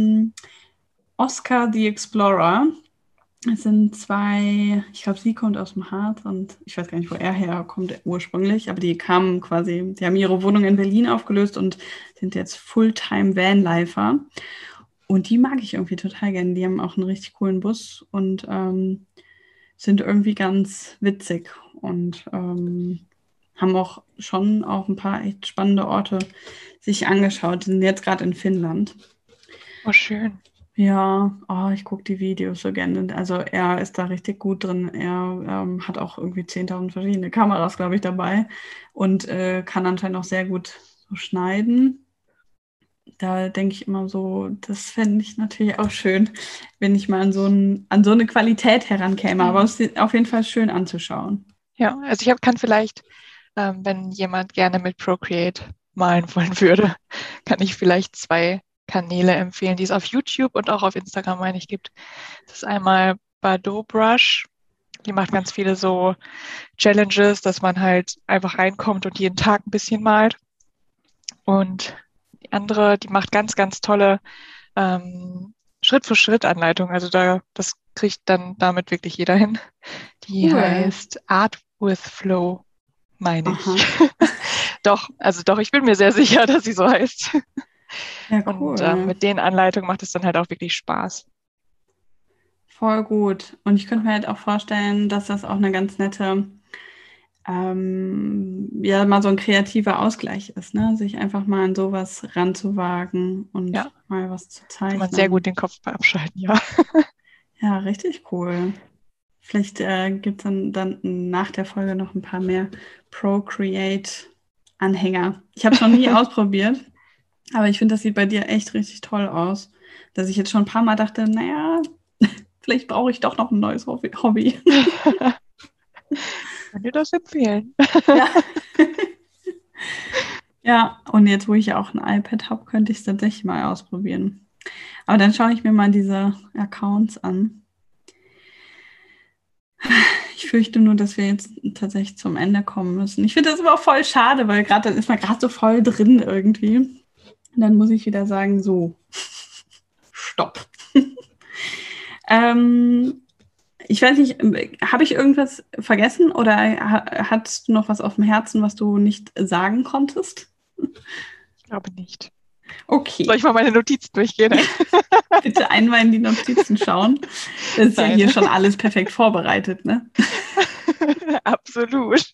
Oscar the Explorer. Es sind zwei, ich glaube, sie kommt aus dem Harz und ich weiß gar nicht, wo er herkommt ursprünglich, aber die kamen quasi, die haben ihre Wohnung in Berlin aufgelöst und sind jetzt Fulltime Vanlifer. Und die mag ich irgendwie total gerne. Die haben auch einen richtig coolen Bus und sind irgendwie ganz witzig und haben auch schon auch ein paar echt spannende Orte sich angeschaut. Die sind jetzt gerade in Finnland. Oh, schön. Ja, oh, ich gucke die Videos so gerne. Also er ist da richtig gut drin. Er hat auch irgendwie 10.000 verschiedene Kameras, glaube ich, dabei und kann anscheinend auch sehr gut so schneiden. Da denke ich immer so, das fände ich natürlich auch schön, wenn ich mal an so eine Qualität herankäme. Aber es ist auf jeden Fall schön anzuschauen. Ja, also kann vielleicht, wenn jemand gerne mit Procreate malen wollen würde, kann ich vielleicht zwei Kanäle empfehlen, die es auf YouTube und auch auf Instagram, meine ich, gibt. Das ist einmal Bardot Brush. Die macht ganz viele so Challenges, dass man halt einfach reinkommt und jeden Tag ein bisschen malt. Und die andere, die macht ganz, ganz tolle Schritt-für-Schritt-Anleitung. Also das kriegt dann damit wirklich jeder hin. Die Cool. heißt Art with Flow, meine Aha. ich. Doch, ich bin mir sehr sicher, dass sie so heißt. Ja, Und cool. mit den Anleitungen macht es dann halt auch wirklich Spaß. Voll gut. Und ich könnte mir halt auch vorstellen, dass das auch eine ganz nette, ja, mal so ein kreativer Ausgleich ist, ne? Sich einfach mal an sowas ranzuwagen Ja, und mal was zu kann man sehr gut zeichnen. den Kopf bei abschalten, ja. Ja, richtig cool. Vielleicht gibt es dann nach der Folge noch ein paar mehr Procreate-Anhänger. Ich habe es noch nie ausprobiert, aber ich finde, das sieht bei dir echt richtig toll aus. Dass ich jetzt schon ein paar Mal dachte, naja, vielleicht brauche ich doch noch ein neues Hobby. Kann dir das empfehlen? Ja. Ja, und jetzt, wo ich ja auch ein iPad habe, könnte ich es tatsächlich mal ausprobieren. Aber dann schaue ich mir mal diese Accounts an. Ich fürchte nur, dass wir jetzt tatsächlich zum Ende kommen müssen. Ich finde das aber auch voll schade, weil gerade dann ist man gerade so voll drin irgendwie. Und dann muss ich wieder sagen, so, stopp. Ich weiß nicht, habe ich irgendwas vergessen oder hattest du noch was auf dem Herzen, was du nicht sagen konntest? Ich glaube nicht. Okay, Soll ich mal meine Notizen durchgehen? bitte einmal in die Notizen schauen. Das ist ja Nein. hier schon alles perfekt vorbereitet, ne? Absolut.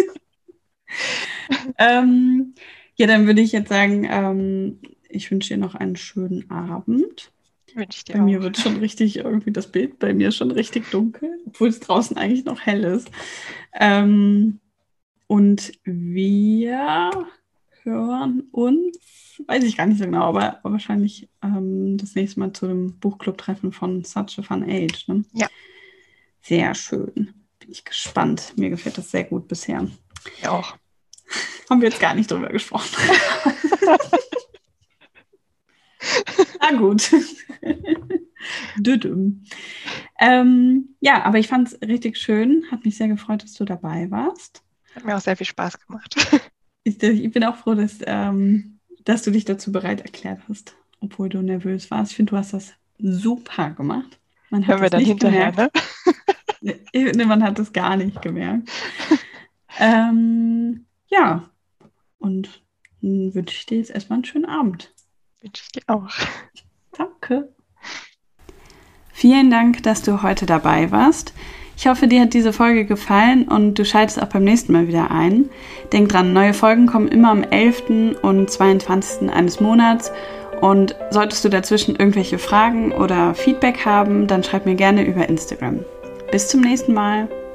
Ja, dann würde ich jetzt sagen, ich wünsche dir noch einen schönen Abend. Wünsche ich Bei dir mir auch. wird schon richtig irgendwie das Bild bei mir schon richtig dunkel, obwohl es draußen eigentlich noch hell ist. Und wir hören uns, weiß ich gar nicht so genau, aber wahrscheinlich das nächste Mal zu dem Buchclub-Treffen von Such a Fun Age. Ne? Ja. Sehr schön. Bin ich gespannt. Mir gefällt das sehr gut bisher. Ja auch. Haben wir jetzt gar nicht drüber gesprochen. Na gut. Ja, aber ich fand es richtig schön. Hat mich sehr gefreut, dass du dabei warst. Hat mir auch sehr viel Spaß gemacht. Ich bin auch froh, dass du dich dazu bereit erklärt hast, obwohl du nervös warst. Ich finde, du hast das super gemacht. Man hat Hören wir das dann nicht hinterher, gemerkt. Ne? Man hat das gar nicht gemerkt. Ja, und dann wünsche ich dir jetzt erstmal einen schönen Abend. Wünsche ich dir auch. Danke. Vielen Dank, dass du heute dabei warst. Ich hoffe, dir hat diese Folge gefallen und du schaltest auch beim nächsten Mal wieder ein. Denk dran, neue Folgen kommen immer am 11. und 22. eines Monats. Und solltest du dazwischen irgendwelche Fragen oder Feedback haben, dann schreib mir gerne über Instagram. Bis zum nächsten Mal.